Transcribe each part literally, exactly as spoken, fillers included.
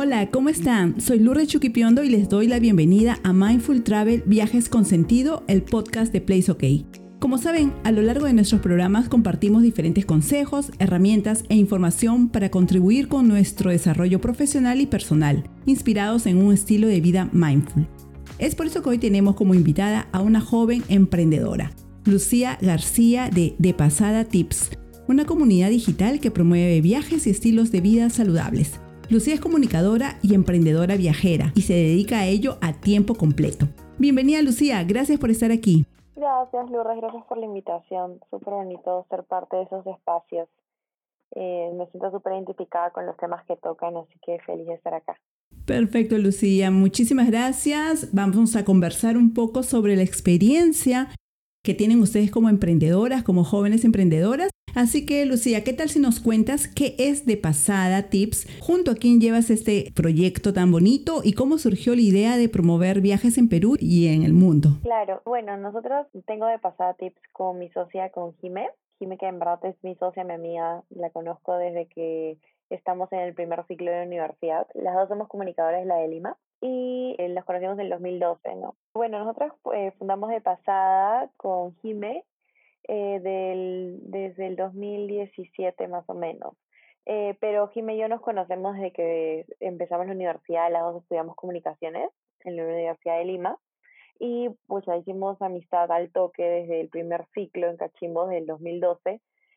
Hola, ¿cómo están? Soy Lourdes Chuquipiondo y les doy la bienvenida a Mindful Travel Viajes con Sentido, el podcast de Place OK. Como saben, a lo largo de nuestros programas compartimos diferentes consejos, herramientas e información para contribuir con nuestro desarrollo profesional y personal, inspirados en un estilo de vida mindful. Es por eso que hoy tenemos como invitada a una joven emprendedora, Lucía García de De Pasada Tips, una comunidad digital que promueve viajes y estilos de vida saludables. Lucía es comunicadora y emprendedora viajera y se dedica a ello a tiempo completo. Bienvenida, Lucía, gracias por estar aquí. Gracias, Lourdes, gracias por la invitación. Súper bonito ser parte de esos espacios. Eh, me siento súper identificada con los temas que tocan, así que feliz de estar acá. Perfecto, Lucía, muchísimas gracias. Vamos a conversar un poco sobre la experiencia que tienen ustedes como emprendedoras, como jóvenes emprendedoras. Así que, Lucía, ¿qué tal si nos cuentas qué es De Pasada Tips? ¿Junto a quién llevas este proyecto tan bonito y cómo surgió la idea de promover viajes en Perú y en el mundo? Claro, bueno, nosotros tengo De Pasada Tips con mi socia, con Jimé. Jimé, que en verdad es mi socia, mi amiga, la conozco desde que estamos en el primer ciclo de universidad. Las dos somos comunicadoras de la de Lima y eh, nos conocimos en el dos mil doce, ¿no? Bueno, nosotros eh, fundamos De Pasada con Jimé eh, del, desde el dos mil diecisiete más o menos. Eh, pero Jimé y yo nos conocemos desde que empezamos la universidad, las dos estudiamos comunicaciones en la Universidad de Lima y pues ya hicimos amistad al toque desde el primer ciclo en Cachimbo del dos mil doce.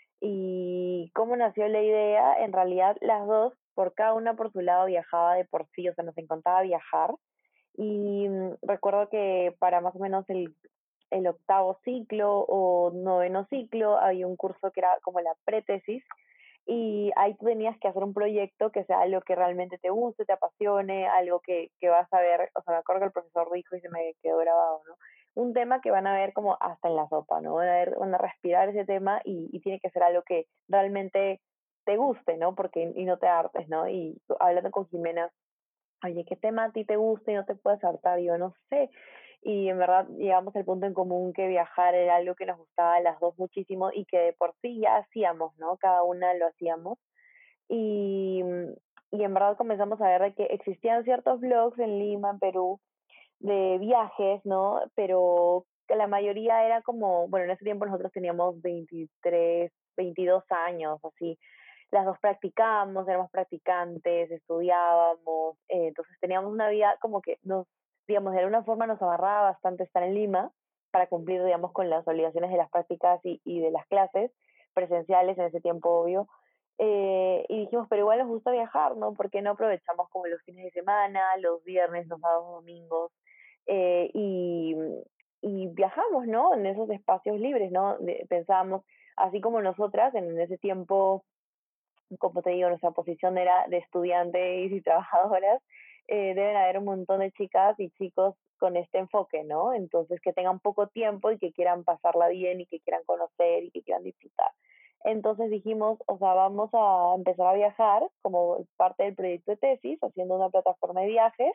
¿Y cómo nació la idea? En realidad las dos, por cada una por su lado, viajaba de por sí, o sea, nos encantaba viajar. Y mm, recuerdo que para más o menos el, el octavo ciclo o noveno ciclo había un curso que era como la pretesis y ahí tú tenías que hacer un proyecto que sea algo que realmente te guste, te apasione, algo que, que vas a ver, o sea, me acuerdo que el profesor dijo y se me quedó grabado, ¿no? Un tema que van a ver como hasta en la sopa, ¿no? Van a, ver, van a respirar ese tema y, y tiene que ser algo que realmente te guste, ¿no? Porque, y no te hartes, ¿no? Y hablando con Jimena, oye, ¿qué tema a ti te gusta y no te puedes hartar? Y yo no sé. Y en verdad llegamos al punto en común que viajar era algo que nos gustaba a las dos muchísimo y que de por sí ya hacíamos, ¿no? Cada una lo hacíamos. Y, y en verdad comenzamos a ver de que existían ciertos blogs en Lima, en Perú, de viajes, ¿no? Pero que la mayoría era como, bueno, en ese tiempo nosotros teníamos veintitrés, veintidós años, así. Las dos practicábamos, éramos practicantes, estudiábamos, eh, entonces teníamos una vida como que nos, digamos, de alguna forma nos amarraba bastante estar en Lima para cumplir, digamos, con las obligaciones de las prácticas y, y de las clases presenciales en ese tiempo, obvio. Eh, y dijimos, pero igual nos gusta viajar, ¿no? ¿Por qué no aprovechamos como los fines de semana, los viernes, los sábados, domingos? Eh, y, y viajamos, ¿no? En esos espacios libres, ¿no? De, pensábamos, así como nosotras en ese tiempo, como te digo, nuestra posición era de estudiantes y trabajadoras, eh, deben haber un montón de chicas y chicos con este enfoque, ¿no? Entonces, que tengan poco tiempo y que quieran pasarla bien y que quieran conocer y que quieran disfrutar. Entonces dijimos, o sea, vamos a empezar a viajar como parte del proyecto de tesis, haciendo una plataforma de viajes.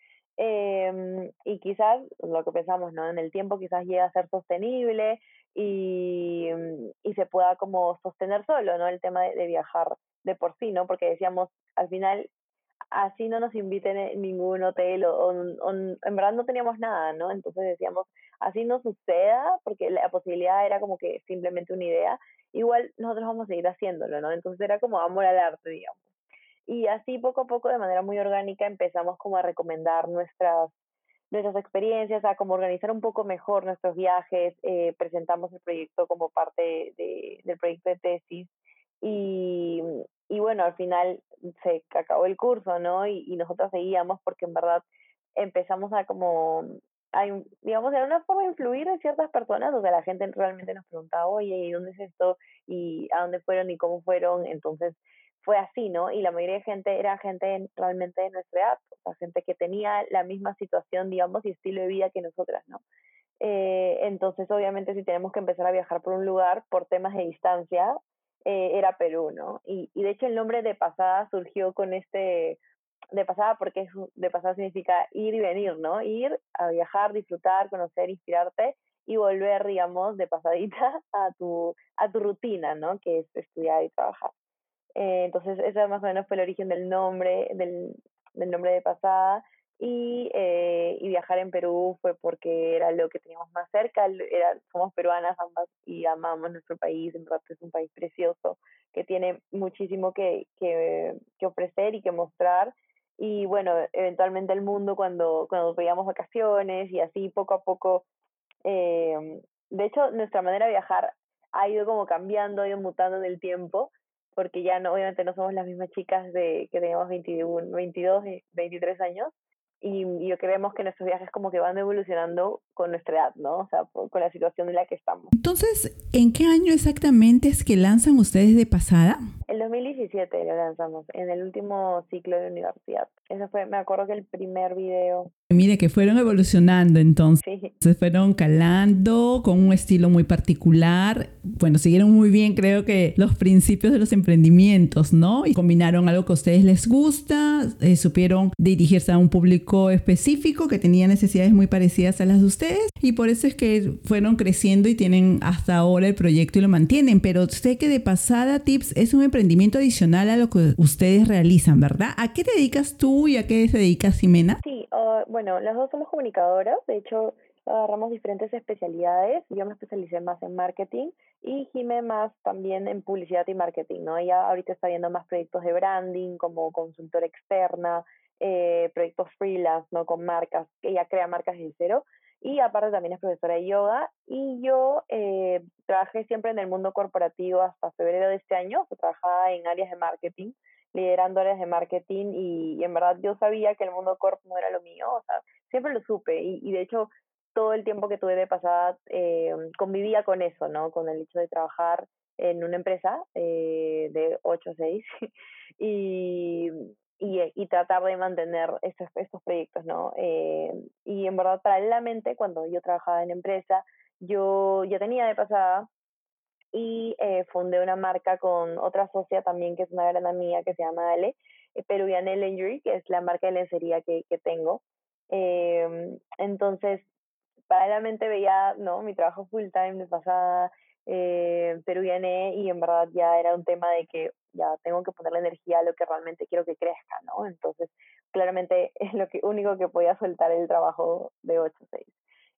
Eh, y quizás lo que pensamos, ¿no? En el tiempo quizás llegue a ser sostenible y, y se pueda como sostener solo, ¿no? El tema de, de viajar de por sí, ¿no? Porque decíamos, al final, así no nos inviten en ningún hotel o, o, o en verdad no teníamos nada, ¿no? Entonces decíamos, así no suceda, porque la posibilidad era como que simplemente una idea, igual nosotros vamos a seguir haciéndolo, ¿no? Entonces era como amor al arte, digamos. Y así poco a poco, de manera muy orgánica, empezamos como a recomendar nuestras, nuestras experiencias, a como organizar un poco mejor nuestros viajes, eh, presentamos el proyecto como parte de, del proyecto de tesis y, y bueno, al final se acabó el curso, ¿no? Y, y nosotros seguíamos porque en verdad empezamos a como, a, digamos, de alguna forma influir en ciertas personas, o sea, la gente realmente nos preguntaba, oye, ¿y dónde es esto? ¿Y a dónde fueron? ¿Y cómo fueron? Entonces, fue así, ¿no? Y la mayoría de gente era gente realmente de nuestra edad, o sea, gente que tenía la misma situación, digamos, y estilo de vida que nosotras, ¿no? Eh, entonces, obviamente, si tenemos que empezar a viajar por un lugar por temas de distancia, eh, era Perú, ¿no? Y, y de hecho el nombre de pasada surgió con este, de pasada porque de pasada significa ir y venir, ¿no? Ir a viajar, disfrutar, conocer, inspirarte y volver, digamos, de pasadita a tu, a tu rutina, ¿no? Que es estudiar y trabajar. Eh, entonces, ese más o menos fue el origen del nombre, del, del nombre de Pasada. Y, eh, y viajar en Perú fue porque era lo que teníamos más cerca, era, somos peruanas ambas y amamos nuestro país, en verdad es un país precioso que tiene muchísimo que, que, que ofrecer y que mostrar. Y bueno, eventualmente el mundo cuando, cuando veíamos vacaciones y así poco a poco, eh, de hecho nuestra manera de viajar ha ido como cambiando, ha ido mutando en el tiempo, porque ya no, obviamente no somos las mismas chicas de que teníamos veintiuno, veintidós, veintitrés años, y, y creemos que nuestros viajes como que van evolucionando con nuestra edad, ¿no? O sea, por, con la situación en la que estamos. Entonces, ¿en qué año exactamente es que lanzan ustedes de Pasada? En dos mil diecisiete lo lanzamos, en el último ciclo de universidad. Eso fue, me acuerdo que el primer video. Mire, que fueron evolucionando entonces. Sí. Se fueron calando con un estilo muy particular. Bueno, siguieron muy bien, creo que los principios de los emprendimientos, ¿no? Y combinaron algo que a ustedes les gusta, eh, supieron dirigirse a un público específico que tenía necesidades muy parecidas a las de ustedes, y por eso es que fueron creciendo y tienen hasta ahora el proyecto y lo mantienen. Pero sé que de Pasada Tips es un emprendimiento adicional a lo que ustedes realizan, ¿verdad? ¿A qué te dedicas tú y a qué se dedica Ximena? Sí, uh, bueno, las dos somos comunicadoras, de hecho agarramos diferentes especialidades. Yo me especialicé más en marketing y Jime más también en publicidad y marketing, ¿no? Ella ahorita está viendo más proyectos de branding como consultora externa, eh, proyectos freelance, ¿no? Con marcas, ella crea marcas desde cero. Y aparte también es profesora de yoga, y yo eh, trabajé siempre en el mundo corporativo hasta febrero de este año. Yo trabajaba en áreas de marketing, liderando áreas de marketing, y, y en verdad yo sabía que el mundo corp no era lo mío, o sea, siempre lo supe, y, y de hecho todo el tiempo que tuve de Pasada eh, convivía con eso, ¿no? Con el hecho de trabajar en una empresa eh, de ocho a seis y... Y, y tratar de mantener estos, estos proyectos, ¿no? Eh, y en verdad, paralelamente, cuando yo trabajaba en empresa, yo ya tenía de Pasada y eh, fundé una marca con otra socia también, que es una gran amiga, que se llama Ale, eh, Peruviane Lingerie, que es la marca de lencería que, que tengo. Eh, entonces, paralelamente veía, ¿no? Mi trabajo full time de Pasada, eh, Peruviane, y en verdad ya era un tema de que ya tengo que ponerle energía a lo que realmente quiero que crezca, ¿no? Entonces, claramente es lo que, único que podía soltar el trabajo de ocho a seis.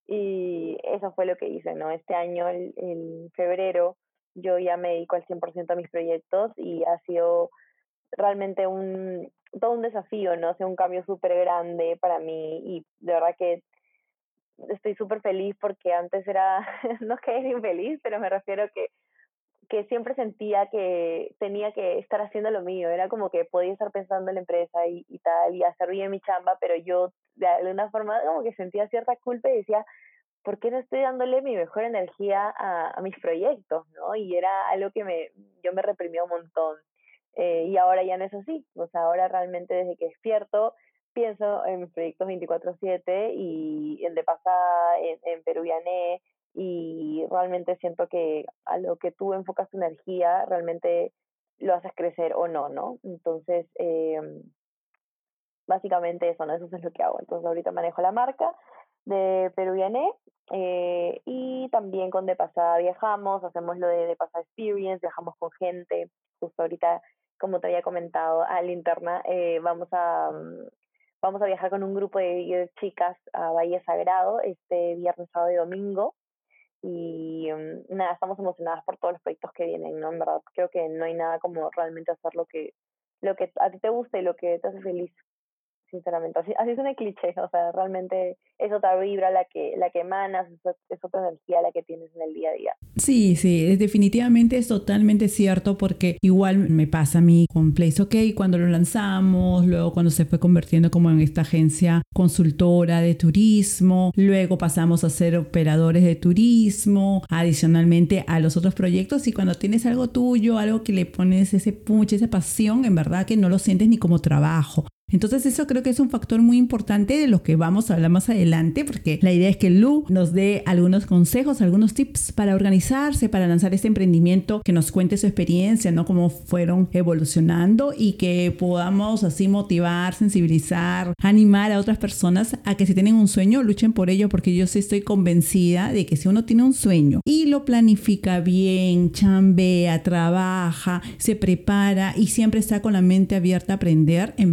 Y eso fue lo que hice, ¿no? Este año, el, el febrero, yo ya me dedico al cien por ciento a mis proyectos, y ha sido realmente un, todo un desafío, ¿no? O sea, un cambio súper grande para mí, y de verdad que estoy súper feliz, porque antes era, no que era infeliz, pero me refiero que que siempre sentía que tenía que estar haciendo lo mío. Era como que podía estar pensando en la empresa y, y tal, y hacer bien mi chamba, pero yo de alguna forma como que sentía cierta culpa y decía, ¿por qué no estoy dándole mi mejor energía a, a mis proyectos, ¿no? Y era algo que me, yo me reprimía un montón. Eh, y ahora ya no es así. O sea, ahora realmente desde que despierto pienso en mis proyectos veinticuatro siete, y en de Pasada, en, en Peruviané, y realmente siento que a lo que tú enfocas tu energía realmente lo haces crecer o no, ¿no? Entonces, eh, básicamente eso, ¿no? Eso es lo que hago. Entonces ahorita manejo la marca de Peruviané, eh, y también con De Pasada viajamos, hacemos lo de De Pasada Experience, viajamos con gente. Justo ahorita, como te había comentado, a la interna, eh, vamos a... Vamos a viajar con un grupo de chicas a Valle Sagrado este viernes, sábado y domingo. Y um, nada, estamos emocionadas por todos los proyectos que vienen, ¿no? En verdad, creo que no hay nada como realmente hacer lo que, lo que a ti te gusta y lo que te hace feliz, sinceramente. Así, así es un cliché, o sea, realmente es otra vibra la que, la que emanas, es, es otra energía la que tienes en el día a día. Sí, sí, es, definitivamente es totalmente cierto, porque igual me pasa a mí con Place OK cuando lo lanzamos, luego cuando se fue convirtiendo como en esta agencia consultora de turismo, luego pasamos a ser operadores de turismo, adicionalmente a los otros proyectos, y cuando tienes algo tuyo, algo que le pones ese punch, esa pasión, en verdad que no lo sientes ni como trabajo. Entonces eso creo que es un factor muy importante de lo que vamos a hablar más adelante, porque la idea es que Lu nos dé algunos consejos, algunos tips para organizarse, para lanzar este emprendimiento, que nos cuente su experiencia, ¿no? Cómo fueron evolucionando, y que podamos así motivar, sensibilizar, animar a otras personas a que si tienen un sueño, luchen por ello, porque yo sí estoy convencida de que si uno tiene un sueño y lo planifica bien, chambea, trabaja, se prepara y siempre está con la mente abierta a aprender, en verdad que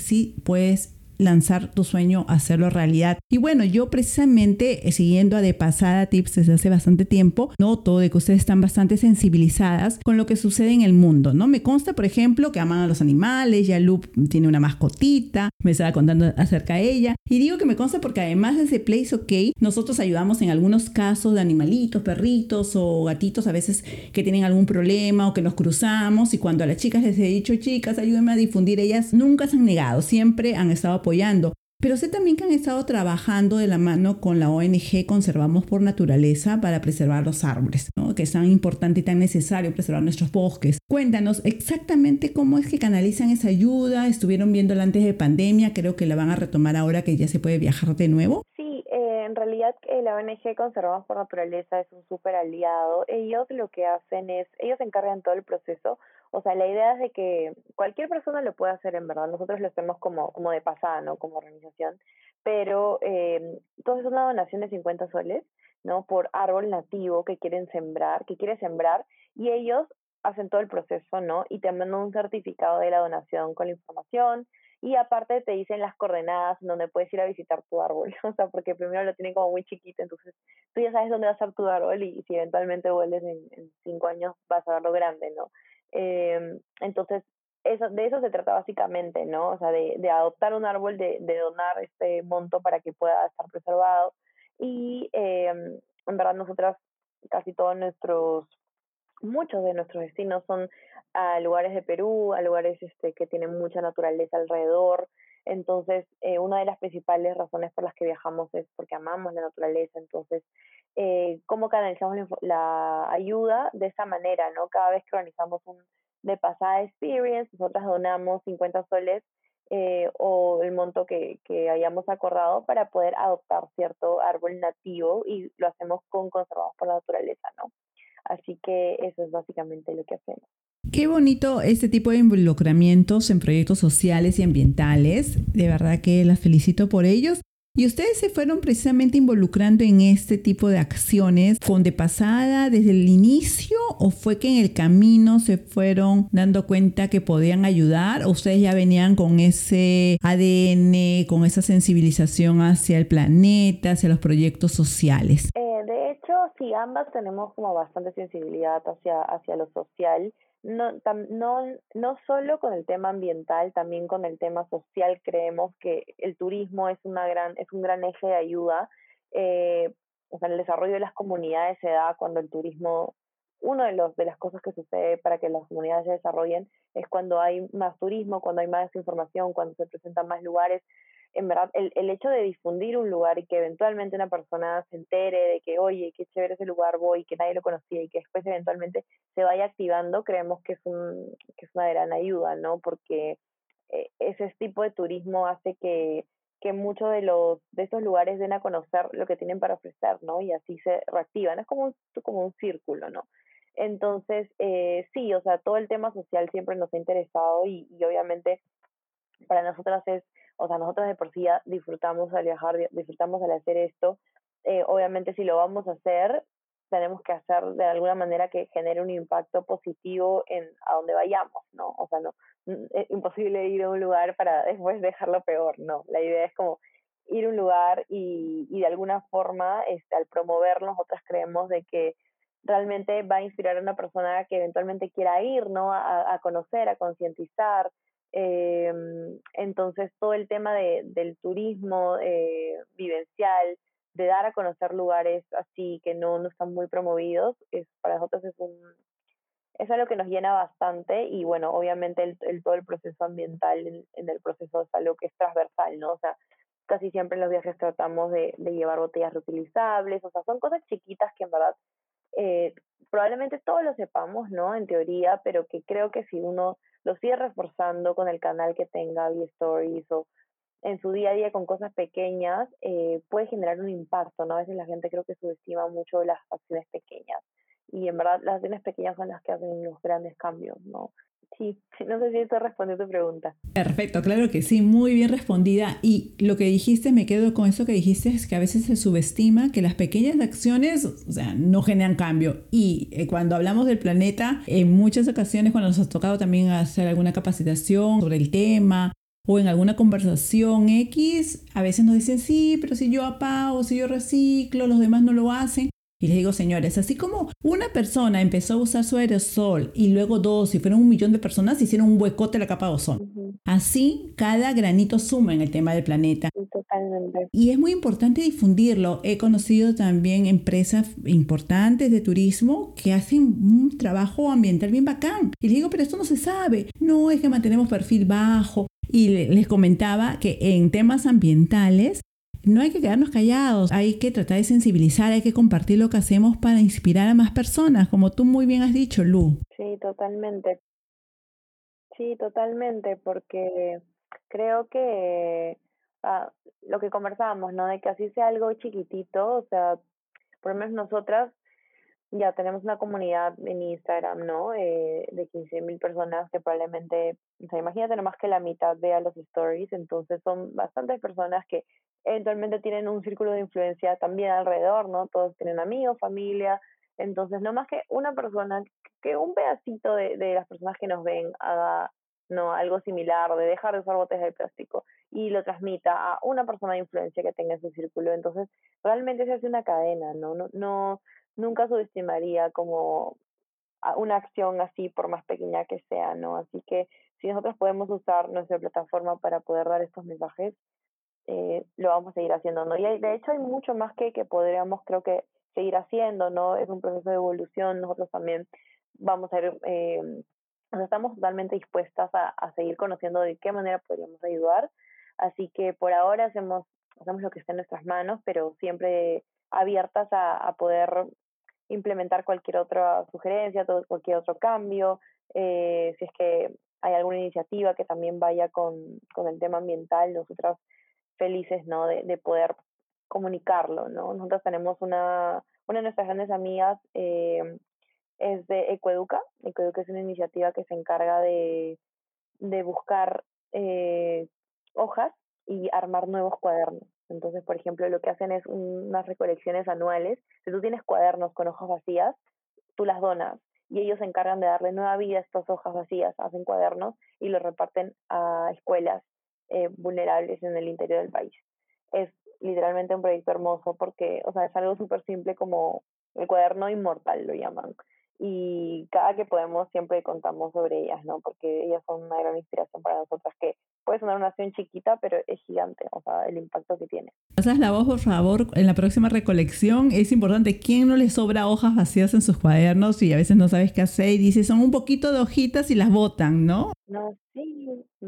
sí puedes lanzar tu sueño, hacerlo realidad. Y bueno, yo precisamente eh, siguiendo a De Pasada Tips desde hace bastante tiempo, noto de que ustedes están bastante sensibilizadas con lo que sucede en el mundo, ¿no? Me consta, por ejemplo, que aman a los animales, ya Lu tiene una mascotita, me estaba contando acerca de ella, y digo que me consta porque además desde Place OK, nosotros ayudamos en algunos casos de animalitos, perritos o gatitos a veces que tienen algún problema o que nos cruzamos, y cuando a las chicas les he dicho, chicas, ayúdenme a difundir, ellas nunca se han negado, siempre han estado apoyando. Pero sé también que han estado trabajando de la mano con la O N G Conservamos por Naturaleza para preservar los árboles, ¿no? Que es tan importante y tan necesario preservar nuestros bosques. Cuéntanos exactamente cómo es que canalizan esa ayuda. Estuvieron viéndola antes de pandemia, creo que la van a retomar ahora que ya se puede viajar de nuevo. Sí, eh, en realidad eh, la O N G Conservamos por Naturaleza es un súper aliado. Ellos lo que hacen es, ellos se encargan todo el proceso. O sea, la idea es de que cualquier persona lo puede hacer en verdad. Nosotros lo hacemos como, como de pasada, ¿no? Como organización. Pero eh, entonces es una donación de cincuenta soles, ¿no? Por árbol nativo que quieren sembrar, que quiere sembrar. Y ellos hacen todo el proceso, ¿no? Y te mandan un certificado de la donación con la información. Y aparte te dicen las coordenadas en donde puedes ir a visitar tu árbol. O sea, porque primero lo tienen como muy chiquito, entonces tú ya sabes dónde va a estar tu árbol y si eventualmente vuelves en, en cinco años vas a verlo grande, ¿no? Eh, entonces, eso, de eso se trata básicamente, ¿no? O sea, de, de adoptar un árbol, de, de donar este monto para que pueda estar preservado. Y eh, en verdad nosotras, casi todos nuestros, muchos de nuestros destinos son a lugares de Perú, a lugares este, que tienen mucha naturaleza alrededor. Entonces, eh, una de las principales razones por las que viajamos es porque amamos la naturaleza. Entonces, eh, ¿cómo canalizamos la, la ayuda? De esa manera, ¿no? Cada vez que organizamos un de pasada experience, nosotras donamos cincuenta soles eh, o el monto que, que hayamos acordado para poder adoptar cierto árbol nativo y lo hacemos con Conservados por la Naturaleza, ¿no? Así que eso es básicamente lo que hacemos. Qué bonito este tipo de involucramientos en proyectos sociales y ambientales. De verdad que las felicito por ellos. ¿Y ustedes se fueron precisamente involucrando en este tipo de acciones con De Pasada desde el inicio o fue que en el camino se fueron dando cuenta que podían ayudar o ustedes ya venían con ese A D N, con esa sensibilización hacia el planeta, hacia los proyectos sociales? Eh, de hecho, sí, ambas tenemos como bastante sensibilidad hacia, hacia lo social. No, tam, no, no solo con el tema ambiental, también con el tema social creemos que el turismo es una gran, es un gran eje de ayuda. Eh, o sea, el desarrollo de las comunidades se da cuando el turismo, uno de los de las cosas que sucede para que las comunidades se desarrollen es cuando hay más turismo, cuando hay más información, cuando se presentan más lugares. En verdad, el, el hecho de difundir un lugar y que eventualmente una persona se entere de que, oye, qué chévere ese lugar, voy, que nadie lo conocía y que después eventualmente se vaya activando, creemos que es, un, que es una gran ayuda, ¿no? Porque eh, ese tipo de turismo hace que, que muchos de los de estos lugares den a conocer lo que tienen para ofrecer, ¿no? Y así se reactivan. Es como un, como un círculo, ¿no? Entonces, eh, sí, o sea, todo el tema social siempre nos ha interesado y, y obviamente para nosotras es, o sea, nosotros de por sí ya disfrutamos al viajar, disfrutamos al hacer esto. Eh, obviamente si lo vamos a hacer, tenemos que hacer de alguna manera que genere un impacto positivo en a donde vayamos, ¿no? O sea, no, es imposible ir a un lugar para después dejarlo peor, no. La idea es como ir a un lugar y, y de alguna forma, este, al promoverlo, nosotras creemos de que realmente va a inspirar a una persona que eventualmente quiera ir, ¿no? A, a conocer, a concientizar. Eh, entonces todo el tema de, del turismo eh, vivencial, de dar a conocer lugares así que no, no están muy promovidos, es, para nosotros es un es algo que nos llena bastante y bueno, obviamente el, el todo el proceso ambiental en, en el proceso es algo que es transversal, ¿no? O sea, casi siempre en los viajes tratamos de, de llevar botellas reutilizables, o sea, son cosas chiquitas que en verdad eh, probablemente todos lo sepamos, ¿no? En teoría, pero que creo que si uno lo sigue reforzando con el canal que tenga, vía stories o en su día a día con cosas pequeñas, eh, puede generar un impacto, ¿no? A veces la gente creo que subestima mucho las acciones pequeñas y en verdad las acciones pequeñas son las que hacen los grandes cambios, ¿no? Sí, no sé si esto respondió tu pregunta. Perfecto, claro que sí, muy bien respondida. Y lo que dijiste, me quedo con eso que dijiste, es que a veces se subestima que las pequeñas acciones, o sea, no generan cambio. Y eh, cuando hablamos del planeta, en muchas ocasiones cuando nos ha tocado también hacer alguna capacitación sobre el tema, o en alguna conversación X, a veces nos dicen, sí, pero si yo apago, si yo reciclo, los demás no lo hacen. Y les digo, señores, así como una persona empezó a usar su aerosol y luego dos, y fueron un millón de personas, hicieron un huecote en la capa de ozono. Ujú. Así, cada granito suma en el tema del planeta. Sí, totalmente. Y es muy importante difundirlo. He conocido también empresas importantes de turismo que hacen un trabajo ambiental bien bacán. Y les digo, pero esto no se sabe. No, es que mantenemos perfil bajo. Y le- les comentaba que en temas ambientales no hay que quedarnos callados. Hay que tratar de sensibilizar, hay que compartir lo que hacemos para inspirar a más personas, como tú muy bien has dicho, Lu. Sí, totalmente. Sí, totalmente, porque creo que ah, lo que conversábamos, ¿no? De que así sea algo chiquitito, o sea, por lo menos nosotras ya tenemos una comunidad en Instagram, ¿no? Eh, de quince mil personas que probablemente, o sea, imagínate nomás que la mitad vea los stories, entonces son bastantes personas que eventualmente tienen un círculo de influencia también alrededor, ¿no? Todos tienen amigos, familia, entonces no más que una persona, que un pedacito de, de las personas que nos ven haga, no, algo similar, de dejar de usar botellas de plástico y lo transmita a una persona de influencia que tenga en su círculo, entonces realmente se hace una cadena, ¿no? No, no nunca subestimaría como a una acción así, por más pequeña que sea, ¿no? Así que si nosotros podemos usar nuestra plataforma para poder dar estos mensajes, eh, lo vamos a seguir haciendo, ¿no? Y hay, de hecho hay mucho más que, que podríamos, creo que, seguir haciendo, ¿no? Es un proceso de evolución, nosotros también vamos a ir, eh, o sea, estamos totalmente dispuestas a, a seguir conociendo de qué manera podríamos ayudar, así que por ahora hacemos, hacemos lo que esté en nuestras manos, pero siempre abiertas a, a poder implementar cualquier otra sugerencia, todo, cualquier otro cambio, eh, si es que hay alguna iniciativa que también vaya con, con el tema ambiental, nosotras felices, ¿no? De, de poder comunicarlo, ¿no? Nosotros tenemos una, una de nuestras grandes amigas, eh, es de Ecoeduca. Ecoeduca es una iniciativa que se encarga de, de buscar eh, hojas y armar nuevos cuadernos. Entonces, por ejemplo, lo que hacen es un, unas recolecciones anuales. Si tú tienes cuadernos con hojas vacías, tú las donas y ellos se encargan de darle nueva vida a estas hojas vacías, hacen cuadernos y los reparten a escuelas eh, vulnerables en el interior del país. Es literalmente un proyecto hermoso porque, o sea, es algo súper simple como el cuaderno inmortal lo llaman. Y cada que podemos siempre contamos sobre ellas, ¿no? Porque ellas son una gran inspiración para nosotras, que puede sonar una acción chiquita, pero es gigante, o sea, el impacto que tiene. Pasas la voz, por favor, en la próxima recolección. Es importante. ¿Quién no le sobra hojas vacías en sus cuadernos y a veces no sabes qué hacer y dices, son un poquito de hojitas y las botan, ¿no? No, sí,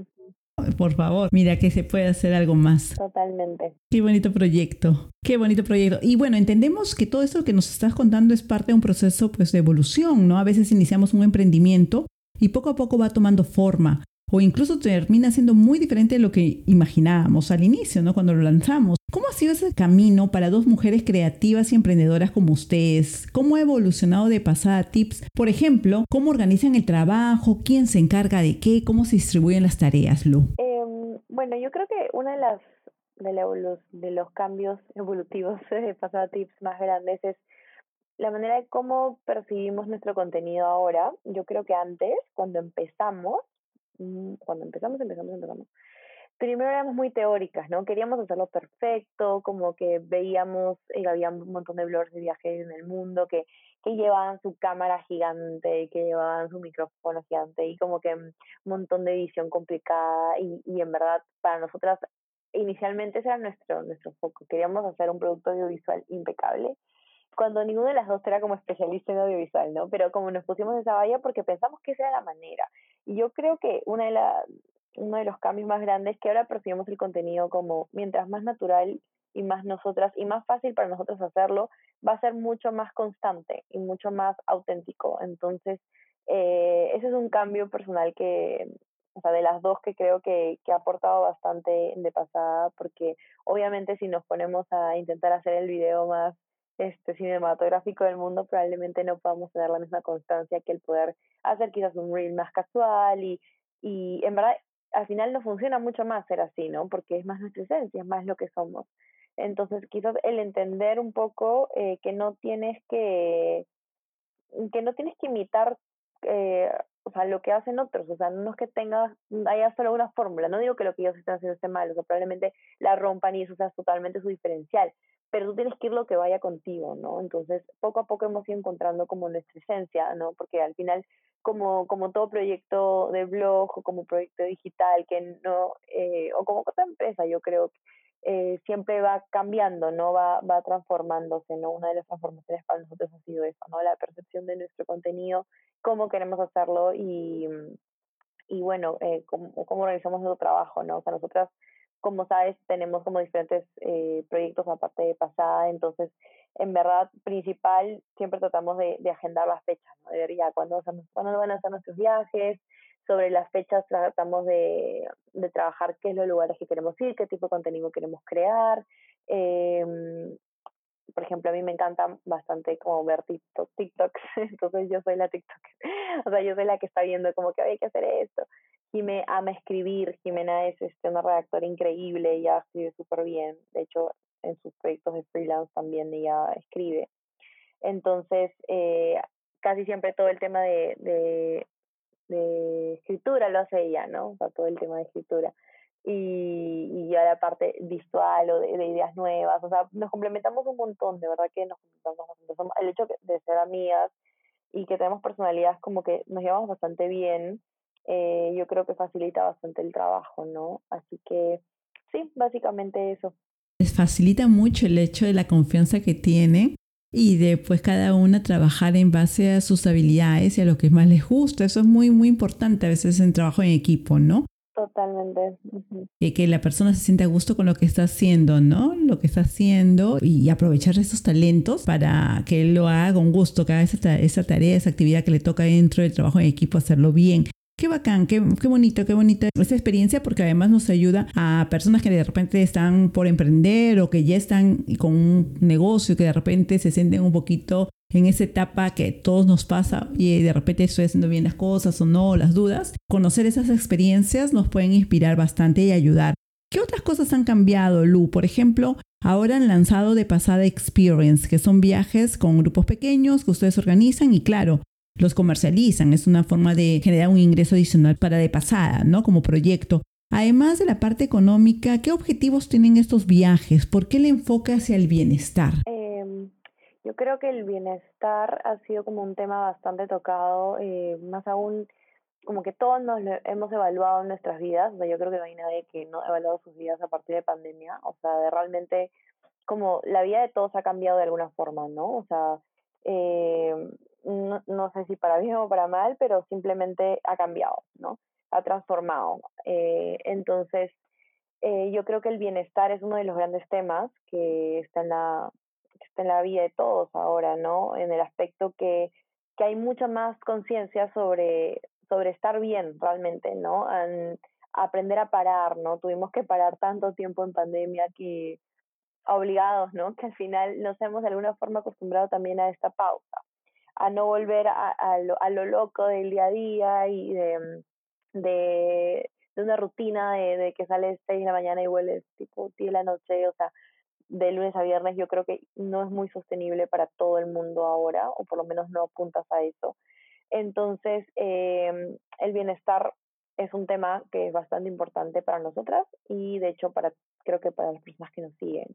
Por favor, mira que se puede hacer algo más. totalmente. Qué bonito proyecto, qué bonito proyecto. Y bueno, entendemos que todo esto que nos estás contando es parte de un proceso pues de evolución, ¿no? A veces iniciamos un emprendimiento y poco a poco va tomando forma o incluso termina siendo muy diferente de lo que imaginábamos al inicio, ¿no? Cuando lo lanzamos. ¿Cómo ha sido ese camino para dos mujeres creativas y emprendedoras como ustedes? ¿Cómo ha evolucionado de pasada tips? Por ejemplo, ¿cómo organizan el trabajo? ¿Quién se encarga de qué? ¿Cómo se distribuyen las tareas, Lu? Eh, bueno, yo creo que una de las de, la evolu de los cambios evolutivos de pasada tips más grandes es la manera de cómo percibimos nuestro contenido ahora. Yo creo que antes, cuando empezamos, mm, cuando empezamos, empezamos, empezamos, primero éramos muy teóricas, ¿no? Queríamos hacerlo perfecto, como que veíamos, eh, había un montón de blogs de viajes en el mundo que, que llevaban su cámara gigante, que llevaban su micrófono gigante y como que un montón de edición complicada y, y en verdad para nosotras inicialmente ese era nuestro, nuestro foco, queríamos hacer un producto audiovisual impecable cuando ninguno de las dos era como especialista en audiovisual, ¿no? Pero como nos pusimos esa valla porque pensamos que esa era la manera. Y yo creo que una de la, uno de los cambios más grandes es que ahora percibimos el contenido como mientras más natural y más nosotras y más fácil para nosotros hacerlo, va a ser mucho más constante y mucho más auténtico. Entonces, eh, ese es un cambio personal que, o sea, de las dos que creo que, que ha aportado bastante de pasada, porque obviamente si nos ponemos a intentar hacer el video más este cinematográfico del mundo, probablemente no podamos tener la misma constancia que el poder hacer quizás un reel más casual y, y en verdad al final no funciona mucho más ser así, ¿no? Porque es más nuestra esencia, es más lo que somos. Entonces quizás el entender un poco eh, que no tienes que que no tienes que imitar eh, o sea, lo que hacen otros, o sea, no es que tengas, haya solo una fórmula, no digo que lo que ellos están haciendo esté mal, o sea, probablemente la rompan y eso sea totalmente su diferencial, pero tú tienes que ir lo que vaya contigo, ¿no? Entonces, poco a poco hemos ido encontrando como nuestra esencia, ¿no? Porque al final, como, como todo proyecto de blog o como proyecto digital, que no, eh, o como otra empresa, yo creo que eh, siempre va cambiando, ¿no? Va, va transformándose, ¿no? Una de las transformaciones para nosotros ha sido eso, ¿no? La percepción de nuestro contenido, cómo queremos hacerlo y, y bueno, eh, cómo, cómo organizamos nuestro trabajo, ¿no? O sea, nosotras, como sabes, tenemos como diferentes eh, proyectos aparte de pasada, entonces, en verdad, principal, siempre tratamos de, de agendar las fechas, ¿no? De ver ya cuándo, cuándo van a ser nuestros viajes, sobre las fechas tratamos de, de trabajar qué es los lugares que queremos ir, qué tipo de contenido queremos crear, eh, por ejemplo, a mí me encanta bastante como ver TikTok, TikToks, entonces yo soy la TikToker, o sea, yo soy la que está viendo como que hay que hacer esto. Jime ama escribir, Jimena es este, una redactora increíble, ella escribe súper bien, de hecho en sus proyectos de freelance también ella escribe. Entonces, eh, casi siempre todo el tema de, de, de escritura lo hace ella, ¿no? O sea, todo el tema de escritura y, y ya la parte visual o de, de ideas nuevas, o sea, nos complementamos un montón, de verdad que nos complementamos bastante. El hecho de ser amigas y que tenemos personalidades como que nos llevamos bastante bien, eh, yo creo que facilita bastante el trabajo, ¿no? Así que sí, básicamente eso. Les facilita mucho el hecho de la confianza que tienen y de pues cada una trabajar en base a sus habilidades y a lo que más les gusta. Eso es muy, muy importante a veces en trabajo en equipo, ¿no? Totalmente. Uh-huh. Que, que la persona se sienta a gusto con lo que está haciendo, ¿no? Lo que está haciendo y aprovechar esos talentos para que él lo haga con gusto, que haga esa, esa tarea, esa actividad que le toca dentro del trabajo en equipo, hacerlo bien. Qué bacán, qué, qué bonito, qué bonita esta experiencia porque además nos ayuda a personas que de repente están por emprender o que ya están con un negocio que de repente se sienten un poquito en esa etapa que todos nos pasa y de repente estoy haciendo bien las cosas o no, las dudas. Conocer esas experiencias nos pueden inspirar bastante y ayudar. ¿Qué otras cosas han cambiado, Lu? Por ejemplo, ahora han lanzado De Pasada Experience, que son viajes con grupos pequeños que ustedes organizan y claro, los comercializan. Es una forma de generar un ingreso adicional para De Pasada, ¿no? Como proyecto. Además de la parte económica, ¿qué objetivos tienen estos viajes? ¿Por qué el enfoque hacia el bienestar? Eh, yo creo que el bienestar ha sido como un tema bastante tocado, eh, más aún como que todos nos lo hemos evaluado en nuestras vidas. O sea, yo creo que no hay nadie que no ha evaluado sus vidas a partir de pandemia. O sea, de realmente como la vida de todos ha cambiado de alguna forma, ¿no? O sea, eh, no, no sé si para bien o para mal, pero simplemente ha cambiado, ¿no? Ha transformado. Eh, entonces, eh, yo creo que el bienestar es uno de los grandes temas que está en la, que está en la vida de todos ahora, ¿no? En el aspecto que, que hay mucha más conciencia sobre, sobre estar bien realmente, ¿no? En aprender a parar, ¿no? Tuvimos que parar tanto tiempo en pandemia que obligados, ¿no? Que al final nos hemos de alguna forma acostumbrado también a esta pausa, a no volver a, a, lo, a lo loco del día a día y de, de, de una rutina de, de que sales seis de la mañana y vuelves tipo diez de la noche, o sea, de lunes a viernes. Yo creo que no es muy sostenible para todo el mundo ahora, o por lo menos no apuntas a eso. Entonces, eh, el bienestar es un tema que es bastante importante para nosotras y de hecho para creo que para las personas que nos siguen.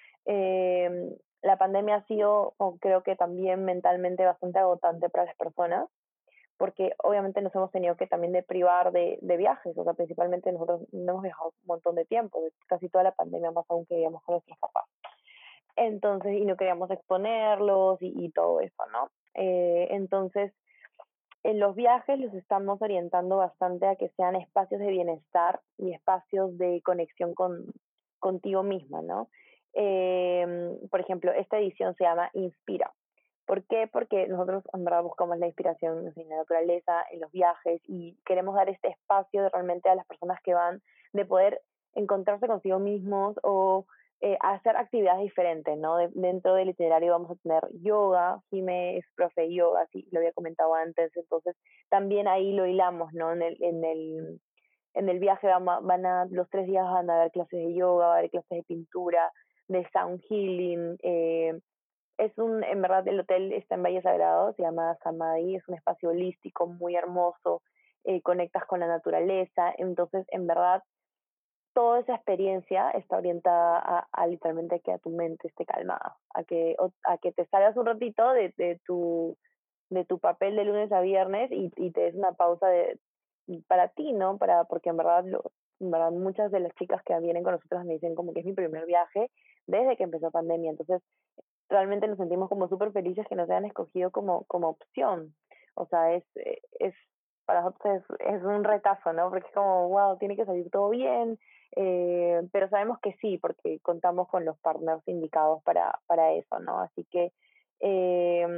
Eh, la pandemia ha sido, o creo que también mentalmente bastante agotante para las personas, porque obviamente nos hemos tenido que también de privar de, de viajes, o sea, principalmente nosotros no hemos viajado un montón de tiempo, de casi toda la pandemia, más aún que vivíamos con nuestros papás. Entonces, y no queríamos exponerlos y, y todo eso, ¿no? Eh, entonces, en los viajes los estamos orientando bastante a que sean espacios de bienestar y espacios de conexión con, contigo misma, ¿no? Eh, por ejemplo, esta edición se llama Inspira. ¿Por qué? Porque nosotros en verdad buscamos la inspiración en la naturaleza, en los viajes y queremos dar este espacio de realmente a las personas que van de poder encontrarse consigo mismos o eh, hacer actividades diferentes, ¿no? De, dentro del itinerario vamos a tener yoga, Jime es profe de yoga, sí, lo había comentado antes, entonces también ahí lo hilamos, ¿no? En el, en el, en el viaje van a, van a, los tres días van a haber clases de yoga, va a haber clases de pintura, de sound healing, eh, es un, en verdad el hotel está en Valle Sagrado, se llama Samadhi, es un espacio holístico muy hermoso, eh, conectas con la naturaleza, entonces en verdad toda esa experiencia está orientada a, a literalmente que a tu mente esté calmada, a que, a que te salgas un ratito de, de tu de tu papel de lunes a viernes y, y te des una pausa de para ti, ¿no? Para, porque en verdad, lo, en verdad muchas de las chicas que vienen con nosotros me dicen como que es mi primer viaje desde que empezó pandemia, entonces realmente nos sentimos como súper felices que nos hayan escogido como, como opción, o sea, es, es para nosotros es, es un retazo, ¿no? Porque es como, wow, tiene que salir todo bien, eh, pero sabemos que sí, porque contamos con los partners indicados para, para eso, ¿no? Así que eh,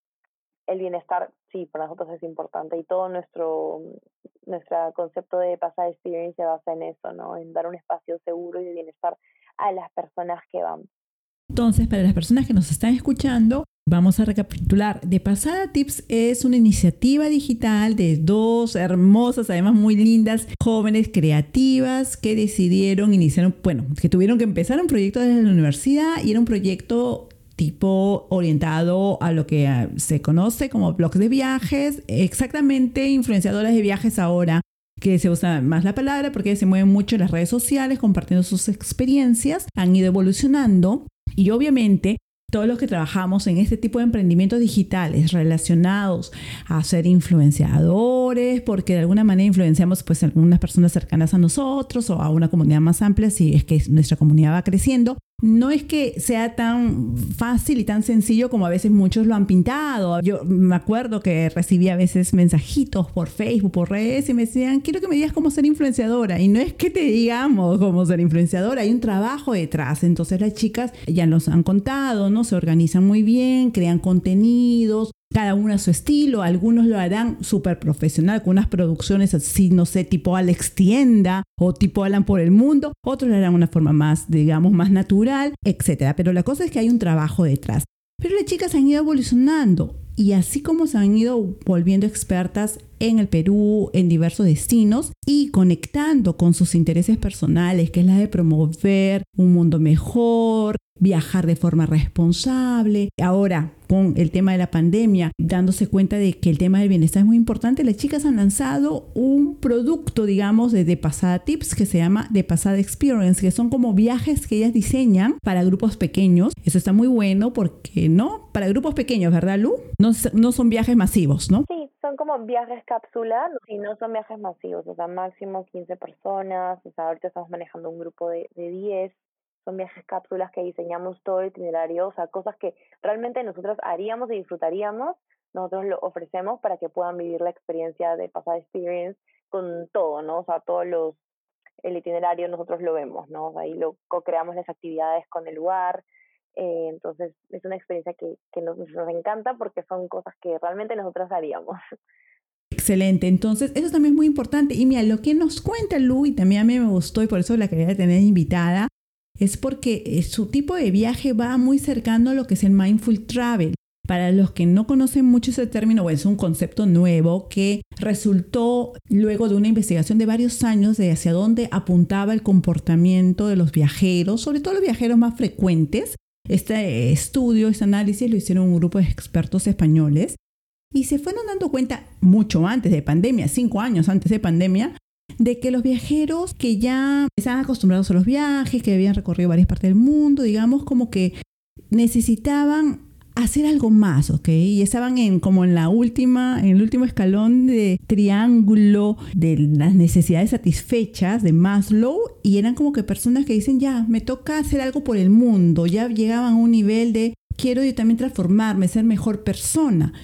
el bienestar, sí, para nosotros es importante y todo nuestro nuestro concepto de Pasada Experience se basa en eso, ¿no? En dar un espacio seguro y de bienestar a las personas que van. Entonces, para las personas que nos están escuchando, vamos a recapitular. De Pasada Tips es una iniciativa digital de dos hermosas, además muy lindas, jóvenes creativas que decidieron iniciar, bueno, que tuvieron que empezar un proyecto desde la universidad y era un proyecto tipo orientado a lo que se conoce como blogs de viajes, exactamente influenciadoras de viajes ahora, que se usa más la palabra porque se mueven mucho en las redes sociales compartiendo sus experiencias, han ido evolucionando y obviamente todos los que trabajamos en este tipo de emprendimientos digitales relacionados a ser influenciadores, porque de alguna manera influenciamos pues a algunas personas cercanas a nosotros o a una comunidad más amplia si es que nuestra comunidad va creciendo. No es que sea tan fácil y tan sencillo como a veces muchos lo han pintado. Yo me acuerdo que recibía a veces mensajitos por Facebook, por redes y me decían, quiero que me digas cómo ser influenciadora. Y no es que te digamos cómo ser influenciadora, hay un trabajo detrás. Entonces las chicas ya nos han contado, ¿no? Se organizan muy bien, crean contenidos, cada uno a su estilo. Algunos lo harán súper profesional con unas producciones así, no sé, tipo Alex Tienda o tipo Alan por el Mundo. Otros lo harán de una forma más, digamos, más natural, etcétera. Pero la cosa es que hay un trabajo detrás. Pero las chicas han ido evolucionando y así como se han ido volviendo expertas en el Perú, en diversos destinos y conectando con sus intereses personales, que es la de promover un mundo mejor, viajar de forma responsable. Ahora, con el tema de la pandemia, dándose cuenta de que el tema del bienestar es muy importante, las chicas han lanzado un producto, digamos, de, de Pasada Tips que se llama De Pasada Experience, que son como viajes que ellas diseñan para grupos pequeños. Eso está muy bueno porque, ¿no? Para grupos pequeños, ¿verdad, Lu? No, no son viajes masivos, ¿no? Sí, son como viajes cápsula y no son viajes masivos, o sea, máximo quince personas, o sea, ahorita estamos manejando un grupo de, de diez. Son viajes cápsulas que diseñamos todo el itinerario, o sea, cosas que realmente nosotros haríamos y disfrutaríamos, nosotros lo ofrecemos para que puedan vivir la experiencia de Pasada Experience con todo, ¿no? O sea, todos los, el itinerario nosotros lo vemos, ¿no? O sea, ahí lo co-creamos las actividades con el lugar, eh, entonces es una experiencia que, que nos, nos encanta porque son cosas que realmente nosotros haríamos. Excelente, entonces eso también es muy importante. Y mira, lo que nos cuenta Lu, y también a mí me gustó y por eso la quería tener invitada, es porque su tipo de viaje va muy cercano a lo que es el mindful travel. Para los que no conocen mucho ese término, bueno, es un concepto nuevo que resultó luego de una investigación de varios años de hacia dónde apuntaba el comportamiento de los viajeros, sobre todo los viajeros más frecuentes. Este estudio, este análisis lo hicieron un grupo de expertos españoles y se fueron dando cuenta mucho antes de pandemia, cinco años antes de pandemia, de que los viajeros que ya estaban acostumbrados a los viajes, que habían recorrido varias partes del mundo, digamos, como que necesitaban hacer algo más, ¿ok? Y estaban en como en la última, en el último escalón de triángulo de las necesidades satisfechas de Maslow y eran como que personas que dicen, ya, me toca hacer algo por el mundo, ya llegaban a un nivel de quiero yo también transformarme, ser mejor persona.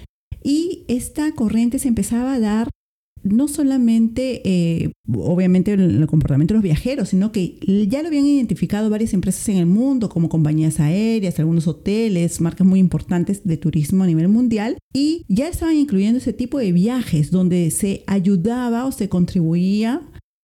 Y esta corriente se empezaba a dar no solamente, eh, obviamente, en el comportamiento de los viajeros, sino que ya lo habían identificado varias empresas en el mundo, como compañías aéreas, algunos hoteles, marcas muy importantes de turismo a nivel mundial, y ya estaban incluyendo ese tipo de viajes donde se ayudaba o se contribuía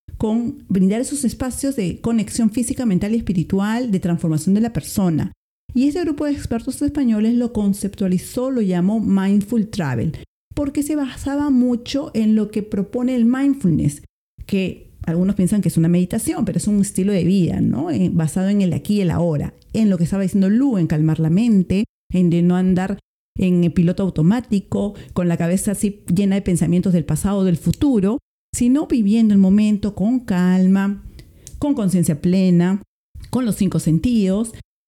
con brindar esos espacios de conexión física, mental y espiritual, de transformación de la persona. Y este grupo de expertos españoles lo conceptualizó, lo llamó Mindful Travel, porque se basaba mucho en lo que propone el mindfulness, que algunos piensan que es una meditación, pero es un estilo de vida, ¿no? Eh, basado en el aquí y el ahora, en lo que estaba diciendo Lu, en calmar la mente, en de no andar en piloto automático, con la cabeza así llena de pensamientos del pasado o del futuro, sino viviendo el momento con calma, con conciencia plena, con los cinco sentidos.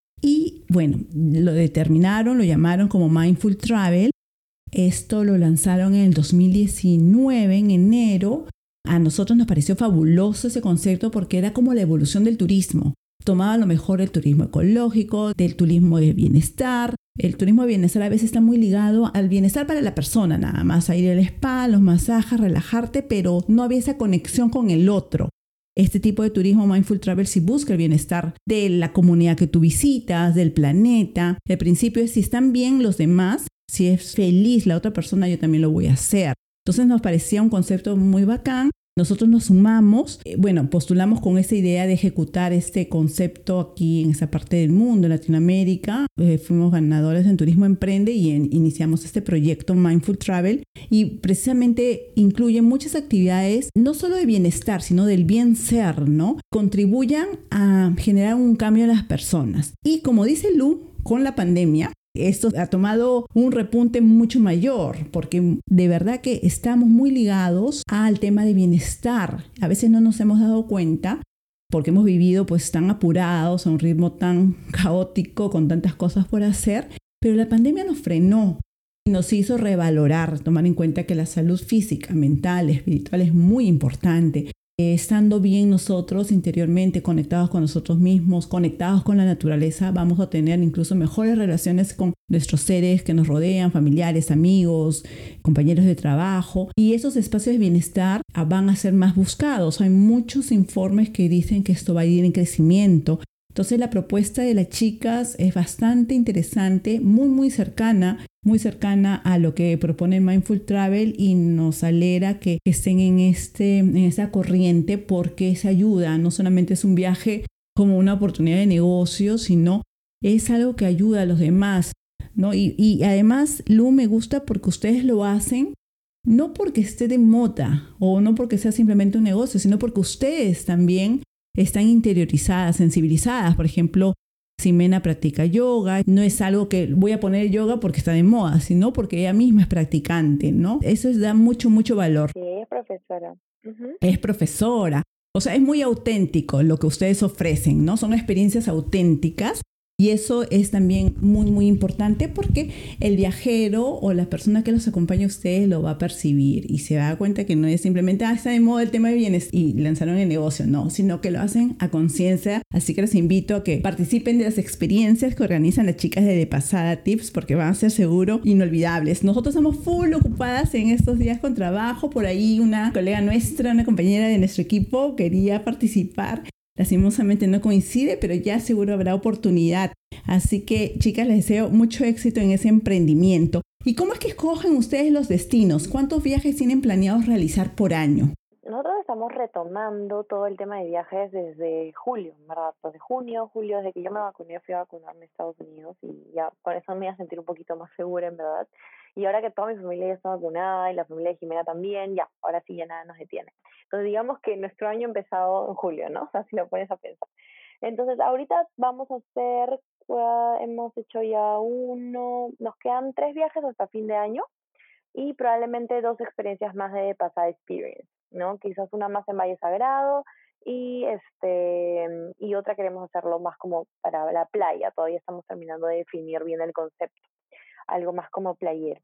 Y bueno, lo determinaron, lo llamaron como Mindful Travel. Esto lo lanzaron en el dos mil diecinueve, en enero. A nosotros nos pareció fabuloso ese concepto porque era como la evolución del turismo. Tomaba lo mejor del turismo ecológico, del turismo de bienestar. El turismo de bienestar a veces está muy ligado al bienestar para la persona, nada más, a ir al spa, los masajes, relajarte, pero no había esa conexión con el otro. Este tipo de turismo Mindful Travel sí busca el bienestar de la comunidad que tú visitas, del planeta. El principio es si están bien los demás, si es feliz la otra persona, yo también lo voy a hacer. Entonces nos parecía un concepto muy bacán. Nosotros nos sumamos, eh, bueno, postulamos con esa idea de ejecutar este concepto aquí en esa parte del mundo, en Latinoamérica. Eh, fuimos ganadores en Turismo Emprende y en, iniciamos este proyecto Mindful Travel. Y precisamente incluye muchas actividades, no solo de bienestar, sino del bien ser, ¿no? Contribuyan a generar un cambio en las personas. Y como dice Lu, con la pandemia, esto ha tomado un repunte mucho mayor porque de verdad que estamos muy ligados al tema de bienestar. A veces no nos hemos dado cuenta porque hemos vivido pues tan apurados a un ritmo tan caótico con tantas cosas por hacer, pero la pandemia nos frenó y nos hizo revalorar, tomar en cuenta que la salud física, mental, espiritual es muy importante. Eh, estando bien nosotros interiormente, conectados con nosotros mismos, conectados con la naturaleza, vamos a tener incluso mejores relaciones con nuestros seres que nos rodean, familiares, amigos, compañeros de trabajo. Y esos espacios de bienestar van a ser más buscados. Hay muchos informes que dicen que esto va a ir en crecimiento. Entonces la propuesta de las chicas es bastante interesante, muy muy cercana, muy cercana a lo que propone Mindful Travel y nos alegra que estén en, este, en esta corriente porque se ayuda, no solamente es un viaje como una oportunidad de negocio, sino es algo que ayuda a los demás, ¿no? Y, y además, Lu, me gusta porque ustedes lo hacen no porque esté de moda o no porque sea simplemente un negocio, sino porque ustedes también están interiorizadas, sensibilizadas. Por ejemplo, Ximena practica yoga. No es algo que voy a poner yoga porque está de moda, sino porque ella misma es practicante, ¿no? Eso da mucho, mucho valor. Sí, es profesora. Uh-huh. Es profesora. O sea, es muy auténtico lo que ustedes ofrecen, ¿no? Son experiencias auténticas. Y eso es también muy, muy importante porque el viajero o la persona que los acompaña a ustedes lo va a percibir y se da cuenta que no es simplemente, ah, está de moda el tema de bienes y lanzaron el negocio, no, sino que lo hacen a conciencia. Así que les invito a que participen de las experiencias que organizan las chicas de De Pasada Tips porque van a ser seguro inolvidables. Nosotros estamos full ocupadas en estos días con trabajo. Por ahí una colega nuestra, una compañera de nuestro equipo quería participar. Lastimosamente no coincide, pero ya seguro habrá oportunidad. Así que, chicas, les deseo mucho éxito en ese emprendimiento. ¿Y cómo es que escogen ustedes los destinos? ¿Cuántos viajes tienen planeados realizar por año? Nosotros estamos retomando todo el tema de viajes desde julio, ¿verdad? Desde junio, julio, desde que yo me vacuné, fui a vacunarme a Estados Unidos y ya con eso me iba a sentir un poquito más segura, en verdad. Y ahora que toda mi familia ya está vacunada y la familia de Jimena también, ya, ahora sí ya nada nos detiene. Entonces digamos que nuestro año ha empezado en julio, ¿no? O sea, si lo pones a pensar. Entonces ahorita vamos a hacer, uh, hemos hecho ya uno, nos quedan tres viajes hasta fin de año y probablemente dos experiencias más de Pasada Experience, ¿no? Quizás una más en Valle Sagrado y este y otra queremos hacerlo más como para la playa. Todavía estamos terminando de definir bien el concepto, algo más como playero.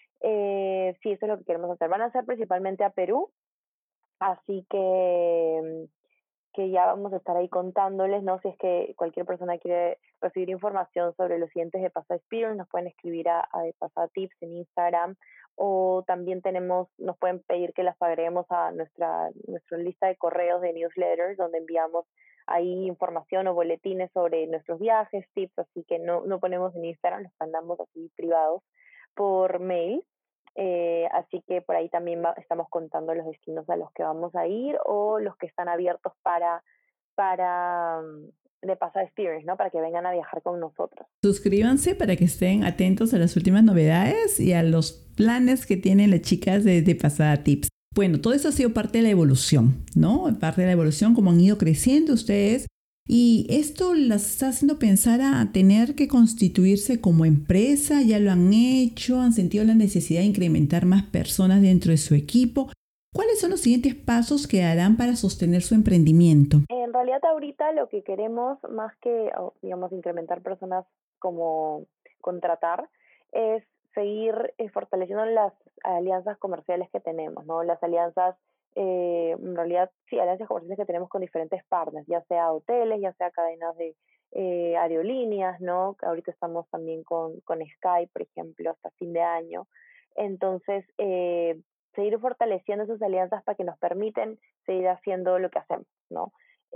Eh, sí, eso es lo que queremos hacer. Van a ser principalmente a Perú, así que, que ya vamos a estar ahí contándoles, ¿no? Si es que cualquier persona quiere recibir información sobre los siguientes de Pasada Experience, nos pueden escribir a, a de Pasada Tips en Instagram, o también tenemos, nos pueden pedir que las agreguemos a nuestra, nuestra lista de correos de newsletters, donde enviamos ahí información o boletines sobre nuestros viajes, tips, así que no, no ponemos en Instagram, los mandamos así privados por mail. Eh, así que por ahí también va, estamos contando los destinos a los que vamos a ir o los que están abiertos para, para um, de Pasada Experience, ¿no? Para que vengan a viajar con nosotros. Suscríbanse para que estén atentos a las últimas novedades y a los planes que tienen las chicas de, de Pasada Tips. Bueno, todo eso ha sido parte de la evolución, ¿no? Parte de la evolución, como han ido creciendo ustedes. Y esto las está haciendo pensar a tener que constituirse como empresa. Ya lo han hecho, han sentido la necesidad de incrementar más personas dentro de su equipo. ¿Cuáles son los siguientes pasos que harán para sostener su emprendimiento? En realidad ahorita lo que queremos, más que, digamos, incrementar personas como contratar, es seguir eh, fortaleciendo las alianzas comerciales que tenemos, ¿no? Las alianzas, eh, en realidad, sí, alianzas comerciales que tenemos con diferentes partners, ya sea hoteles, ya sea cadenas de eh, aerolíneas, ¿no? Ahorita estamos también con, con Sky, por ejemplo, hasta fin de año. Entonces, eh, seguir fortaleciendo esas alianzas para que nos permiten seguir haciendo lo que hacemos, ¿no?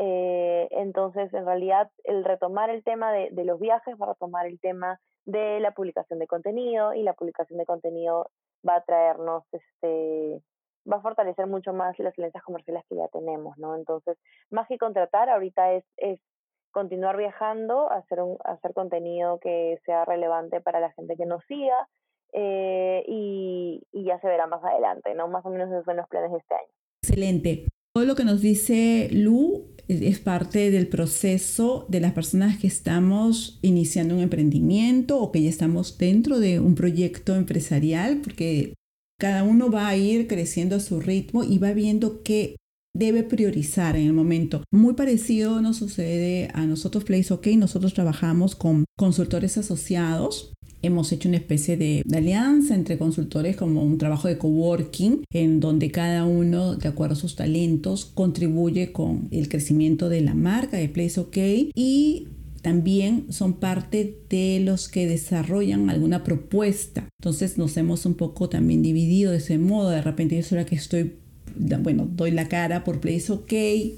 Eh, entonces, en realidad, el retomar el tema de, de los viajes va a retomar el tema de la publicación de contenido, y la publicación de contenido va a traernos, este, va a fortalecer mucho más las alianzas comerciales que ya tenemos, ¿no? Entonces, más que contratar, ahorita es, es continuar viajando, hacer, un, hacer contenido que sea relevante para la gente que nos siga, eh, y, y ya se verá más adelante, ¿no? Más o menos esos son los planes de este año. Excelente. Todo lo que nos dice Lu es parte del proceso de las personas que estamos iniciando un emprendimiento o que ya estamos dentro de un proyecto empresarial, porque cada uno va a ir creciendo a su ritmo y va viendo qué debe priorizar en el momento. Muy parecido nos sucede a nosotros, Place OK. Nosotros trabajamos con consultores asociados. Hemos hecho una especie de, de alianza entre consultores, como un trabajo de coworking, en donde cada uno, de acuerdo a sus talentos, contribuye con el crecimiento de la marca de Place OK, y también son parte de los que desarrollan alguna propuesta. Entonces nos hemos un poco también dividido de ese modo. De repente yo soy la que estoy, bueno, doy la cara por Place OK.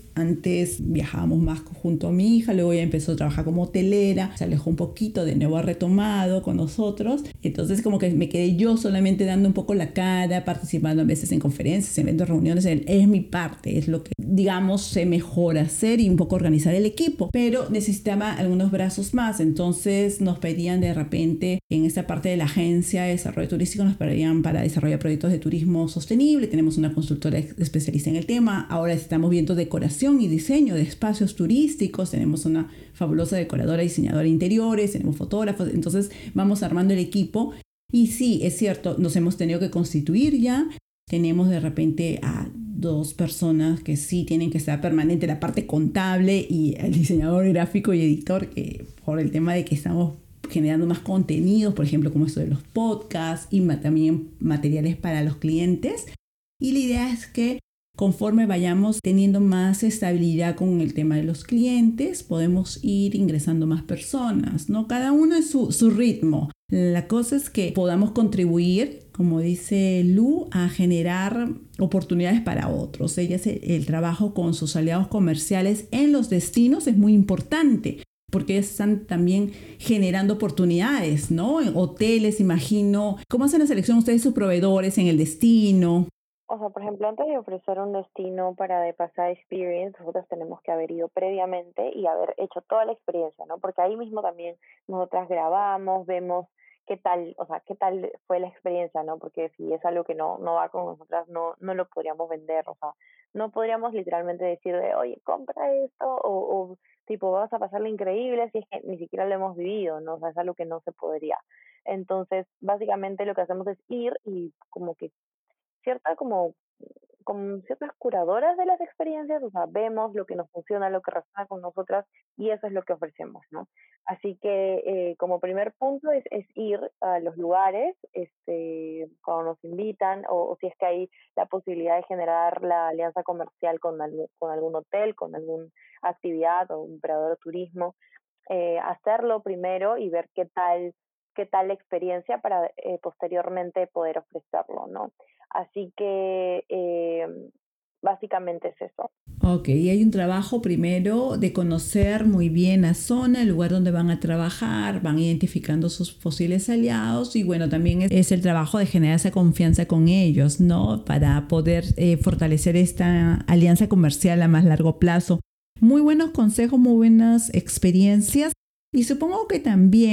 Antes viajábamos más junto a mi hija, luego ella empezó a trabajar como hotelera, se alejó un poquito, de nuevo ha retomado con nosotros. Entonces como que me quedé yo solamente dando un poco la cara, participando a veces en conferencias, eventos, reuniones. Es mi parte, es lo que, digamos, sé mejor hacer y un poco organizar el equipo. Pero necesitaba algunos brazos más, entonces nos pedían de repente en esta parte de la agencia de desarrollo turístico, nos pedían para desarrollar proyectos de turismo sostenible. Tenemos una consultora especialista en el tema. Ahora estamos viendo decoración y diseño de espacios turísticos. Tenemos una fabulosa decoradora, diseñadora de interiores, tenemos fotógrafos. Entonces vamos armando el equipo. Y sí, es cierto, nos hemos tenido que constituir ya. Tenemos de repente a dos personas que sí tienen que estar permanente, la parte contable y el diseñador gráfico y editor, que por el tema de que estamos generando más contenidos, por ejemplo, como esto de los podcasts, y también materiales para los clientes. Y la idea es que conforme vayamos teniendo más estabilidad con el tema de los clientes, podemos ir ingresando más personas, ¿no? Cada uno es su, su ritmo. La cosa es que podamos contribuir, como dice Lu, a generar oportunidades para otros. Ella hace el trabajo con sus aliados comerciales en los destinos, es muy importante, porque están también generando oportunidades, ¿no? En hoteles, imagino. ¿Cómo hacen la selección ustedes, sus proveedores en el destino? O sea, por ejemplo, antes de ofrecer un destino para The Pasada Experience, nosotros tenemos que haber ido previamente y haber hecho toda la experiencia, ¿no? Porque ahí mismo también nosotras grabamos, vemos qué tal, o sea, qué tal fue la experiencia, ¿no? Porque si es algo que no, no va con nosotras, no, no lo podríamos vender, o sea, no podríamos literalmente decir de, oye, compra esto, o, o tipo, vas a pasarle increíble, si es que ni siquiera lo hemos vivido, ¿no? O sea, es algo que no se podría. Entonces, básicamente lo que hacemos es ir y como que cierta como, como ciertas curadoras de las experiencias, o sea, vemos lo que nos funciona, lo que resuena con nosotras, y eso es lo que ofrecemos, ¿no? Así que eh, como primer punto es, es ir a los lugares, este, cuando nos invitan, o, o si es que hay la posibilidad de generar la alianza comercial con algún, con algún hotel, con alguna actividad o un operador de turismo, eh, hacerlo primero y ver qué tal, qué tal la experiencia para eh, posteriormente poder ofrecerlo, ¿no? Así que eh, básicamente es eso. Ok, y hay un trabajo primero de conocer muy bien la zona, el lugar donde van a trabajar, van identificando sus posibles aliados, y bueno, también es, es el trabajo de generar esa confianza con ellos, ¿no? Para poder eh, fortalecer esta alianza comercial a más largo plazo. Muy buenos consejos, muy buenas experiencias, y supongo que también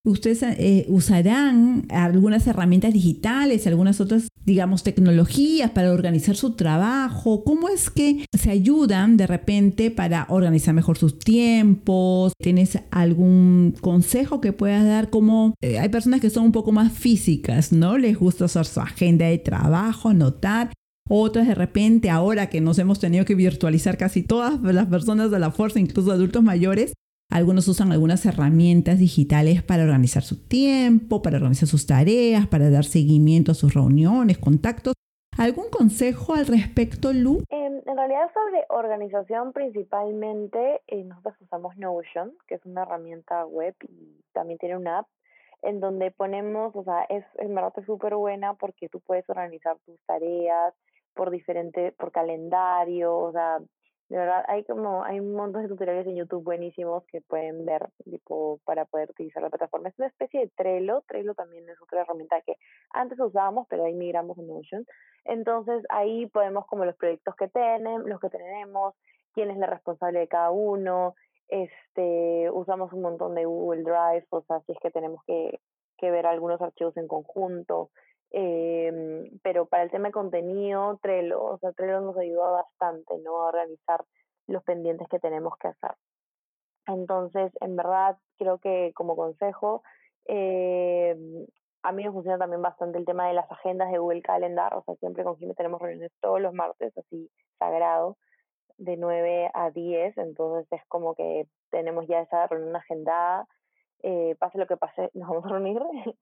¿Ustedes eh, usarán algunas herramientas digitales, algunas otras, digamos, tecnologías para organizar su trabajo? ¿Cómo es que se ayudan de repente para organizar mejor sus tiempos? ¿Tienes algún consejo que puedas dar? Como eh, hay personas que son un poco más físicas, ¿no? Les gusta usar su agenda de trabajo, anotar. Otras de repente, ahora que nos hemos tenido que virtualizar casi todas las personas de la fuerza, incluso adultos mayores, algunos usan algunas herramientas digitales para organizar su tiempo, para organizar sus tareas, para dar seguimiento a sus reuniones, contactos. ¿Algún consejo al respecto, Lu? Eh, en realidad sobre organización principalmente, eh, nosotros usamos Notion, que es una herramienta web y también tiene una app en donde ponemos, o sea, es en verdad es súper buena porque tú puedes organizar tus tareas por diferente, por calendario, o sea, de verdad, hay como, hay un montón de tutoriales en YouTube buenísimos que pueden ver, tipo, para poder utilizar la plataforma. Es una especie de Trello. Trello también es otra herramienta que antes usábamos, pero ahí migramos a Notion. Entonces, ahí podemos como los proyectos que tenemos, los que tenemos, quién es la responsable de cada uno. Este, usamos un montón de Google Drive, o sea, si es que tenemos que, que ver algunos archivos en conjunto. Eh, pero para el tema de contenido, Trello, o sea, Trello nos ayuda bastante, ¿no? A organizar los pendientes que tenemos que hacer. Entonces, en verdad, creo que como consejo, eh, a mí me funciona también bastante el tema de las agendas de Google Calendar, o sea, siempre con Jimmy tenemos reuniones todos los martes, así sagrado, de nueve a diez, entonces es como que tenemos ya esa reunión agendada. Eh, pase lo que pase, nos vamos a reunir.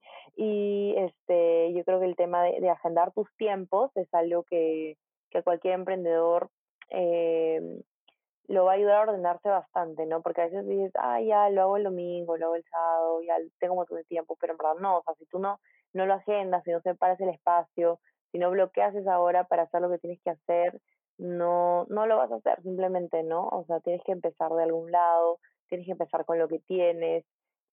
Y este, yo creo que el tema de, de agendar tus tiempos es algo que, que cualquier emprendedor eh, lo va a ayudar a ordenarse bastante, ¿no? Porque a veces dices, ah, ya, lo hago el domingo, lo hago el sábado, ya tengo un montón de tiempo, pero en verdad no, o sea, si tú no, no lo agendas, si no separas el espacio, si no bloqueas esa hora para hacer lo que tienes que hacer, no, no lo vas a hacer simplemente, ¿no? O sea, tienes que empezar de algún lado, tienes que empezar con lo que tienes,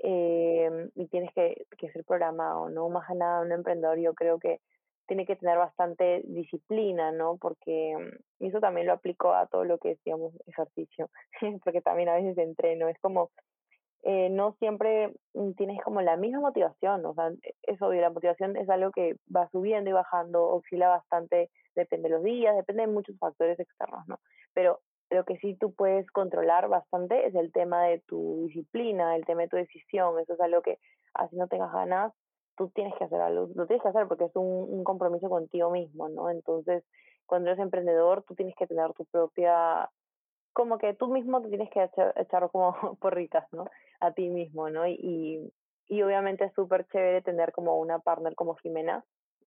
eh, y tienes que, que ser programado, ¿no? Más que nada un emprendedor yo creo que tiene que tener bastante disciplina, ¿no? Porque y eso también lo aplico a todo lo que decíamos ejercicio, porque también a veces entreno, es como eh, no siempre tienes como la misma motivación, o sea, es obvio, la motivación es algo que va subiendo y bajando, oscila bastante, depende de los días, depende de muchos factores externos, ¿no? Pero lo que sí tú puedes controlar bastante es el tema de tu disciplina, el tema de tu decisión, eso es algo que así no tengas ganas, tú tienes que hacer algo, lo tienes que hacer porque es un, un compromiso contigo mismo, ¿no? Entonces, cuando eres emprendedor, tú tienes que tener tu propia, como que tú mismo te tienes que echar, echar como porritas, ¿no? A ti mismo, ¿no? Y, y obviamente es súper chévere tener como una partner como Jimena,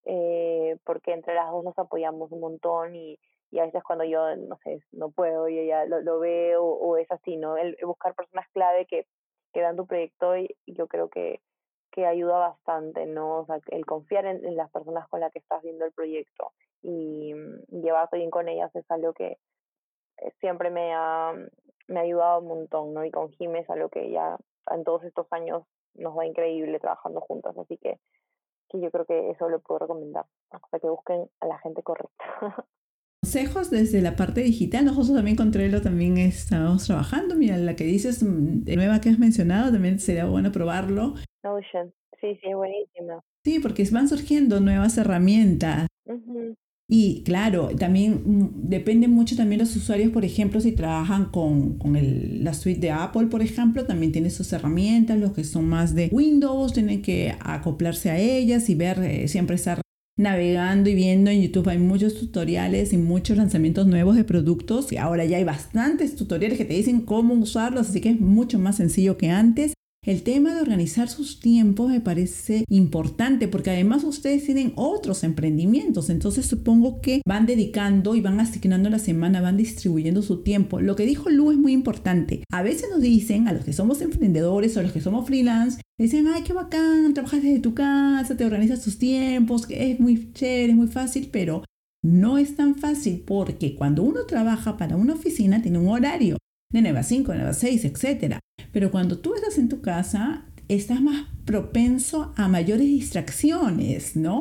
eh, porque entre las dos nos apoyamos un montón y, y a veces cuando yo, no sé, no puedo y ella lo, lo ve o, o es así, ¿no? El, el buscar personas clave que, que dan tu proyecto y, y yo creo que, que ayuda bastante, ¿no? O sea, el confiar en, en las personas con las que estás viendo el proyecto y, y llevarte bien con ellas es algo que siempre me ha, me ha ayudado un montón, ¿no? Y con Jim es algo que ya en todos estos años nos va increíble trabajando juntas, así que, que yo creo que eso lo puedo recomendar, o sea, que busquen a la gente correcta. Consejos desde la parte digital. Nosotros también con Trello también estamos trabajando. Mira, la que dices, de nueva que has mencionado, también sería bueno probarlo. Notion, sí, sí, es buenísima. Sí, porque van surgiendo nuevas herramientas. Uh-huh. Y claro, también mm, depende mucho también los usuarios, por ejemplo, si trabajan con, con el, la suite de Apple, por ejemplo, también tiene sus herramientas. Los que son más de Windows tienen que acoplarse a ellas y ver, eh, siempre estar navegando y viendo en YouTube. Hay muchos tutoriales y muchos lanzamientos nuevos de productos y ahora ya hay bastantes tutoriales que te dicen cómo usarlos, así que es mucho más sencillo que antes. El tema de organizar sus tiempos me parece importante porque además ustedes tienen otros emprendimientos, entonces supongo que van dedicando y van asignando la semana, van distribuyendo su tiempo. Lo que dijo Lu es muy importante. A veces nos dicen, a los que somos emprendedores o a los que somos freelance, dicen, ay, qué bacán, trabajas desde tu casa, te organizas tus tiempos, que es muy chévere, es muy fácil, pero no es tan fácil porque cuando uno trabaja para una oficina tiene un horario de nueve a cinco, nueve a seis, etcétera. Pero cuando tú estás en tu casa, estás más propenso a mayores distracciones, ¿no?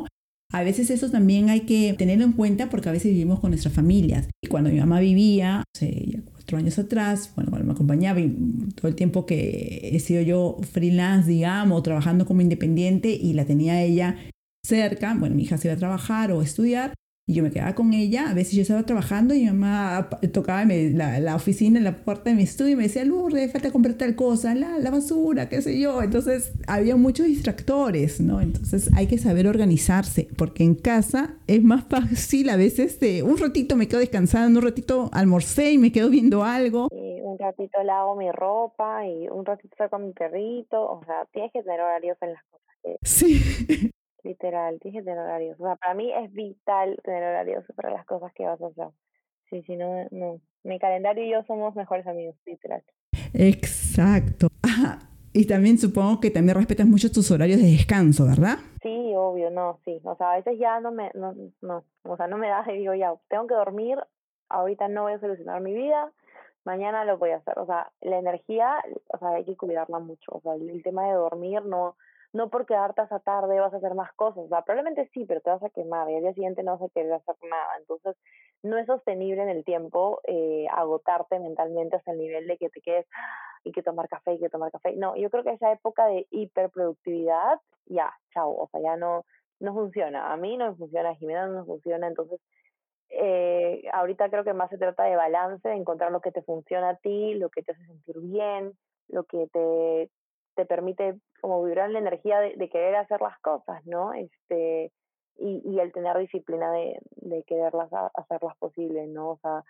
A veces eso también hay que tenerlo en cuenta porque a veces vivimos con nuestras familias. Y cuando mi mamá vivía, no sé, ya cuatro años atrás, bueno, cuando me acompañaba y todo el tiempo que he sido yo freelance, digamos, trabajando como independiente y la tenía ella cerca, bueno, mi hija se iba a trabajar o a estudiar, y yo me quedaba con ella. A veces yo estaba trabajando y mi mamá tocaba me, la, la oficina, en la puerta de mi estudio y me decía, Lourdes, falta comprar tal cosa, la, la basura, qué sé yo. Entonces había muchos distractores, ¿no? Entonces hay que saber organizarse, porque en casa es más fácil a veces de un ratito me quedo descansando, un ratito almorcé y me quedo viendo algo. Y un ratito lavo mi ropa y un ratito saco a mi perrito. O sea, tienes que tener horarios en las cosas que... Sí. Literal, tienes que tener horarios. O sea, para mí es vital tener horarios para las cosas que vas a hacer. Sí, si no, no. Mi calendario y yo somos mejores amigos, literal. Exacto. Ajá. Y también supongo que también respetas mucho tus horarios de descanso, ¿verdad? Sí, obvio, no, sí. O sea, a veces ya no me, no, no, o sea, no me da y digo, ya, tengo que dormir, ahorita no voy a solucionar mi vida, mañana lo voy a hacer. O sea, la energía, o sea, hay que cuidarla mucho. O sea, el, el tema de dormir, no, no por quedarte hasta tarde vas a hacer más cosas. O sea, probablemente sí, pero te vas a quemar y al día siguiente no vas a querer hacer nada. Entonces, no es sostenible en el tiempo eh, agotarte mentalmente hasta el nivel de que te quedes y que tomar café y que tomar café. No, yo creo que esa época de hiperproductividad, ya, chao, o sea, ya no, no funciona. A mí no me funciona, a Jimena no me funciona, entonces eh, ahorita creo que más se trata de balance, de encontrar lo que te funciona a ti, lo que te hace sentir bien, lo que te, te permite como vibrar en la energía de, de querer hacer las cosas, ¿no? Este, y, y el tener disciplina de, de quererlas hacerlas posibles, ¿no? O sea,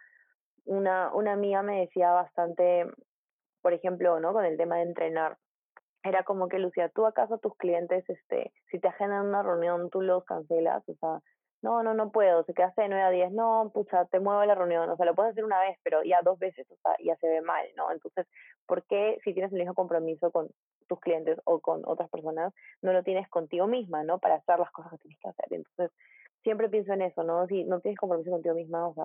una, una amiga me decía bastante, por ejemplo, ¿no? Con el tema de entrenar. Era como que, Lucía, ¿tú acaso tus clientes, este, si te agendan una reunión, tú los cancelas? O sea, no, no, no puedo, se quedaste de nueve a diez, no, pucha, te muevo la reunión, o sea, lo puedes hacer una vez, pero ya dos veces, o sea, ya se ve mal, ¿no? Entonces, ¿por qué si tienes el mismo compromiso con tus clientes o con otras personas, no lo tienes contigo misma, ¿no? Para hacer las cosas que tienes que hacer. Entonces, siempre pienso en eso, ¿no? Si no tienes compromiso contigo misma, o sea,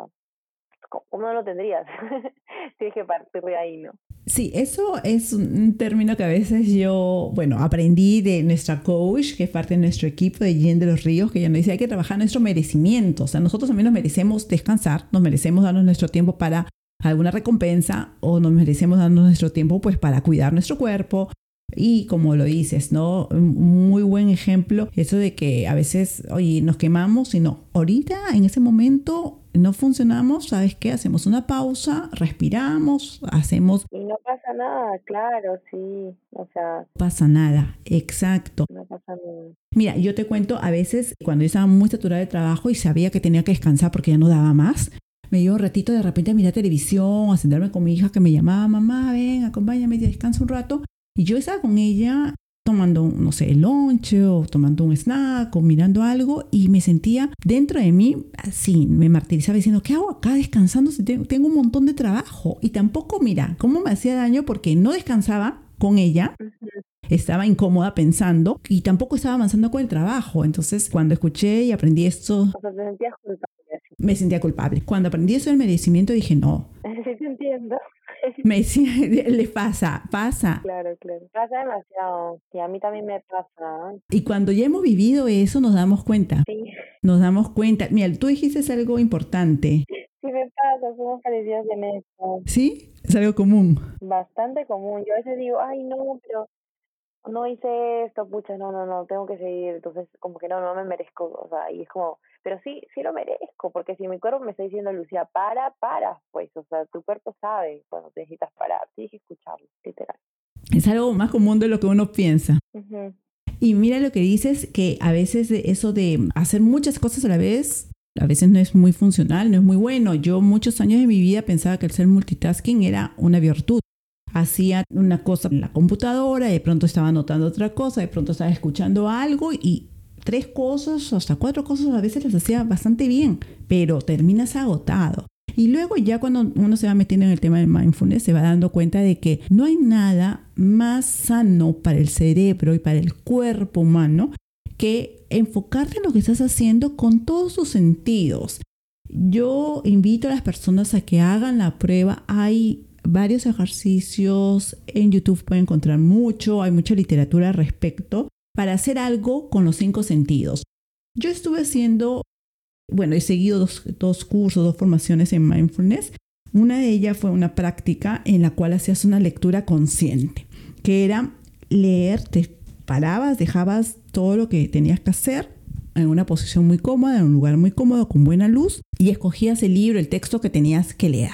¿cómo no lo tendrías? Tienes que partir de ahí, ¿no? Sí, eso es un término que a veces yo, bueno, aprendí de nuestra coach, que es parte de nuestro equipo de Jen de los Ríos, que ella nos dice, hay que trabajar nuestro merecimiento. O sea, nosotros también nos merecemos descansar, nos merecemos darnos nuestro tiempo para alguna recompensa o nos merecemos darnos nuestro tiempo pues para cuidar nuestro cuerpo. Y como lo dices, ¿no? Un muy buen ejemplo, eso de que a veces, oye, nos quemamos y no, ahorita en ese momento no funcionamos, ¿sabes qué? Hacemos una pausa, respiramos, hacemos... Y no pasa nada, claro, sí, o sea... No pasa nada, exacto. No pasa nada. Mira, yo te cuento, a veces cuando yo estaba muy saturada de trabajo y sabía que tenía que descansar porque ya no daba más, me dio un ratito de repente a mirar televisión, a sentarme con mi hija que me llamaba, mamá, ven, acompáñame, descansa un rato. Y yo estaba con ella tomando, no sé, el lonche o tomando un snack o mirando algo y me sentía dentro de mí, así, me martirizaba diciendo, ¿qué hago acá descansando si tengo un montón de trabajo? Y tampoco, mira, cómo me hacía daño porque no descansaba con ella, uh-huh. Estaba incómoda pensando y tampoco estaba avanzando con el trabajo. Entonces, cuando escuché y aprendí esto... O sea, te sentías culpable. Me sentía culpable. Cuando aprendí eso del merecimiento dije, no. Sí, te entiendo. Me decía, le pasa, pasa. Claro, claro. Pasa demasiado. Y a mí también me pasa. Y cuando ya hemos vivido eso, nos damos cuenta. Sí. Nos damos cuenta. Mira, tú dijiste algo importante. Sí me pasa, somos parecidos en eso. ¿Sí? Es algo común. Bastante común. Yo a veces digo, ay, no, pero no hice esto, pucha, no, no, no, tengo que seguir. Entonces, como que no, no me merezco. O sea, y es como... Pero sí, sí lo merezco, porque si mi cuerpo me está diciendo, Lucía, para, para, pues, o sea, tu cuerpo sabe cuando necesitas parar, tienes que escucharlo, literal. Es algo más común de lo que uno piensa. Uh-huh. Y mira lo que dices, que a veces eso de hacer muchas cosas a la vez, a veces no es muy funcional, no es muy bueno. Yo muchos años de mi vida pensaba que el ser multitasking era una virtud. Hacía una cosa en la computadora, de pronto estaba anotando otra cosa, de pronto estaba escuchando algo y... tres cosas, hasta cuatro cosas a veces las hacía bastante bien, pero terminas agotado. Y luego ya cuando uno se va metiendo en el tema del mindfulness, se va dando cuenta de que no hay nada más sano para el cerebro y para el cuerpo humano que enfocarte en lo que estás haciendo con todos sus sentidos. Yo invito a las personas a que hagan la prueba. Hay varios ejercicios, en YouTube pueden encontrar mucho, hay mucha literatura al respecto, para hacer algo con los cinco sentidos. Yo estuve haciendo, bueno, he seguido dos, dos cursos, dos formaciones en mindfulness. Una de ellas fue una práctica en la cual hacías una lectura consciente, que era leer, te parabas, dejabas todo lo que tenías que hacer en una posición muy cómoda, en un lugar muy cómodo, con buena luz, y escogías el libro, el texto que tenías que leer.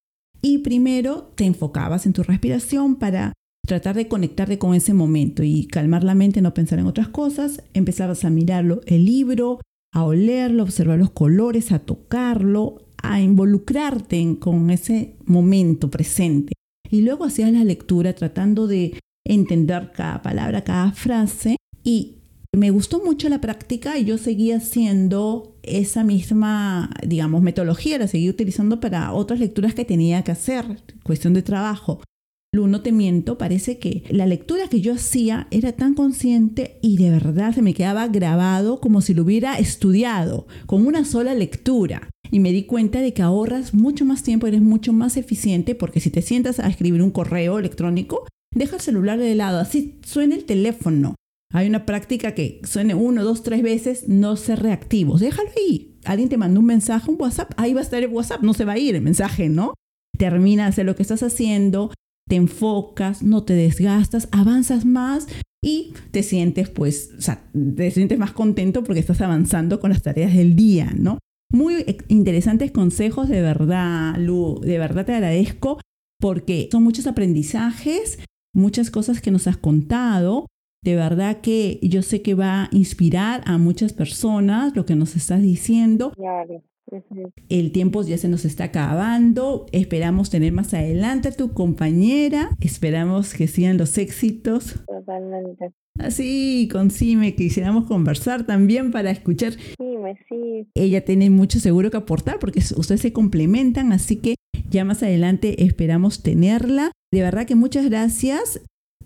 Y primero te enfocabas en tu respiración para tratar de conectarte con ese momento y calmar la mente, no pensar en otras cosas. Empezabas a mirarlo, el libro, a olerlo, a observar los colores, a tocarlo, a involucrarte en, con ese momento presente. Y luego hacías la lectura tratando de entender cada palabra, cada frase. Y me gustó mucho la práctica y yo seguía haciendo esa misma, digamos, metodología, la seguí utilizando para otras lecturas que tenía que hacer, cuestión de trabajo. Lu, no te miento, parece que la lectura que yo hacía era tan consciente y de verdad se me quedaba grabado como si lo hubiera estudiado, con una sola lectura. Y me di cuenta de que ahorras mucho más tiempo, eres mucho más eficiente, porque si te sientas a escribir un correo electrónico, deja el celular de lado, así suena el teléfono. Hay una práctica que suene uno, dos, tres veces, no ser reactivos. Déjalo ahí. Alguien te mandó un mensaje, un WhatsApp, ahí va a estar el WhatsApp, no se va a ir el mensaje, ¿no? Termina de hacer lo que estás haciendo, te enfocas, no te desgastas, avanzas más y te sientes, pues, o sea, te sientes más contento porque estás avanzando con las tareas del día, ¿no? Muy interesantes consejos, de verdad, Lu, de verdad te agradezco porque son muchos aprendizajes, muchas cosas que nos has contado. De verdad que yo sé que va a inspirar a muchas personas lo que nos estás diciendo. Claro. Uh-huh. El tiempo ya se nos está acabando. Esperamos tener más adelante a tu compañera. Esperamos que sigan los éxitos. Totalmente. Así con Sime quisiéramos conversar también para escuchar. Sime, sí. Ella tiene mucho seguro que aportar porque ustedes se complementan, así que ya más adelante esperamos tenerla. De verdad que muchas gracias.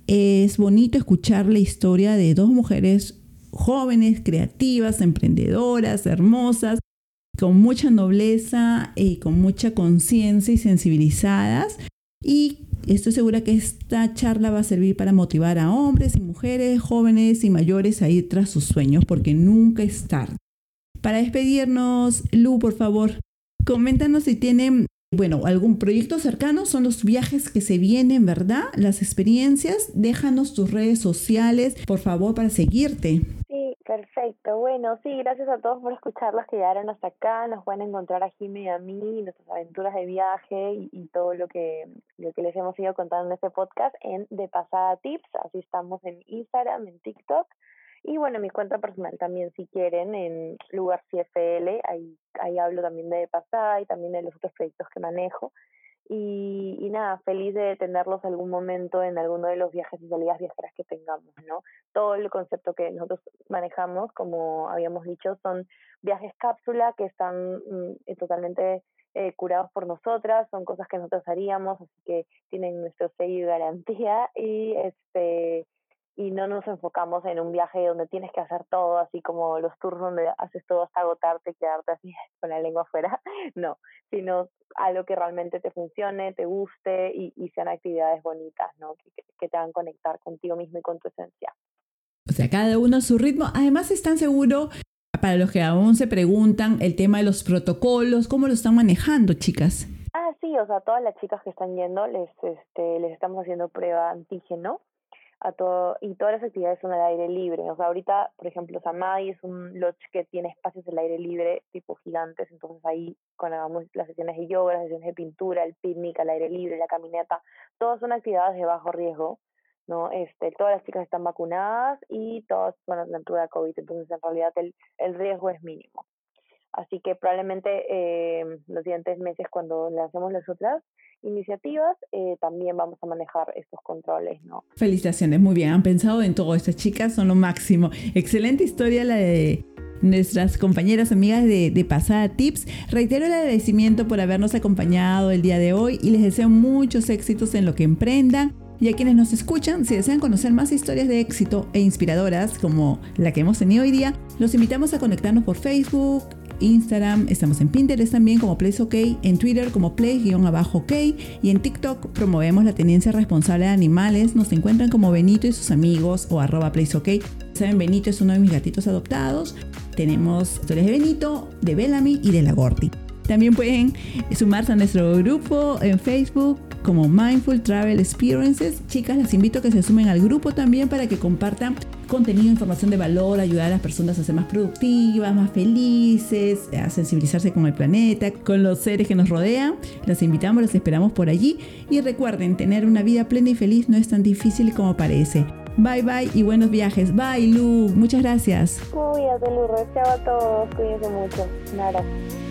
Es bonito escuchar la historia de dos mujeres jóvenes, creativas, emprendedoras, hermosas, con mucha nobleza y con mucha conciencia y sensibilizadas. Y estoy segura que esta charla va a servir para motivar a hombres y mujeres, jóvenes y mayores a ir tras sus sueños, porque nunca es tarde. Para despedirnos, Lu, por favor, coméntanos si tienen, bueno, algún proyecto cercano. Son los viajes que se vienen, ¿verdad? Las experiencias. Déjanos tus redes sociales, por favor, para seguirte. Sí, perfecto. Bueno, sí, gracias a todos por escuchar, los que llegaron hasta acá. Nos pueden encontrar a Jime y a mí, nuestras aventuras de viaje y, y todo lo que, lo que les hemos ido contando en este podcast en De Pasada Tips. Así estamos en Instagram, en TikTok. Y bueno, mi cuenta personal también, si quieren, en Lugar C F L, ahí, ahí hablo también de, de pasada y también de los otros proyectos que manejo. Y, y nada, feliz de tenerlos algún momento en alguno de los viajes y salidas viajeras que tengamos, ¿no? Todo el concepto que nosotros manejamos, como habíamos dicho, son viajes cápsula que están mm, totalmente eh, curados por nosotras, son cosas que nosotros haríamos, así que tienen nuestro sello y garantía y este... y no nos enfocamos en un viaje donde tienes que hacer todo, así como los tours donde haces todo hasta agotarte y quedarte así con la lengua afuera, no, sino algo que realmente te funcione, te guste y, y sean actividades bonitas, ¿no? Que, que te hagan conectar contigo mismo y con tu esencia. O sea, cada uno a su ritmo. Además, están seguros, para los que aún se preguntan, el tema de los protocolos, ¿cómo lo están manejando, chicas? Ah, sí, o sea, todas las chicas que están yendo, les, este, les estamos haciendo prueba antígeno, a todo, y todas las actividades son al aire libre. O sea, ahorita, por ejemplo, Samai es un lodge que tiene espacios al aire libre, tipo gigantes, entonces ahí cuando hagamos las sesiones de yoga, las sesiones de pintura, el picnic al aire libre, la caminata, todas son actividades de bajo riesgo, ¿no? Este, todas las chicas están vacunadas y todas van a tener prueba de COVID, entonces en realidad el, el riesgo es mínimo. Así que probablemente eh, los siguientes meses, cuando lancemos las otras iniciativas, eh, también vamos a manejar estos controles, ¿no? Felicitaciones, muy bien, han pensado en todo. Estas chicas son lo máximo. Excelente historia la de nuestras compañeras, amigas de, de Pasada Tips. Reitero el agradecimiento por habernos acompañado el día de hoy y les deseo muchos éxitos en lo que emprendan. Y a quienes nos escuchan, si desean conocer más historias de éxito e inspiradoras como la que hemos tenido hoy día, los invitamos a conectarnos por Facebook, Instagram, estamos en Pinterest también como PlaceOK, en Twitter como Place-OK y en TikTok promovemos la tenencia responsable de animales. Nos encuentran como Benito y sus amigos o arroba PlaceOK. Saben, Benito es uno de mis gatitos adoptados. tenemos historias de Benito, de Bellamy y de la Gordi. También pueden sumarse a nuestro grupo en Facebook como Mindful Travel Experiences. Chicas, las invito a que se sumen al grupo también para que compartan contenido, información de valor, ayudar a las personas a ser más productivas, más felices, a sensibilizarse con el planeta, con los seres que nos rodean. Los invitamos, los esperamos por allí. Y recuerden, tener una vida plena y feliz no es tan difícil como parece. Bye bye y buenos viajes. Bye Lu, muchas gracias. Cuídate Lourdes, chao a todos, cuídense mucho. Un abrazo.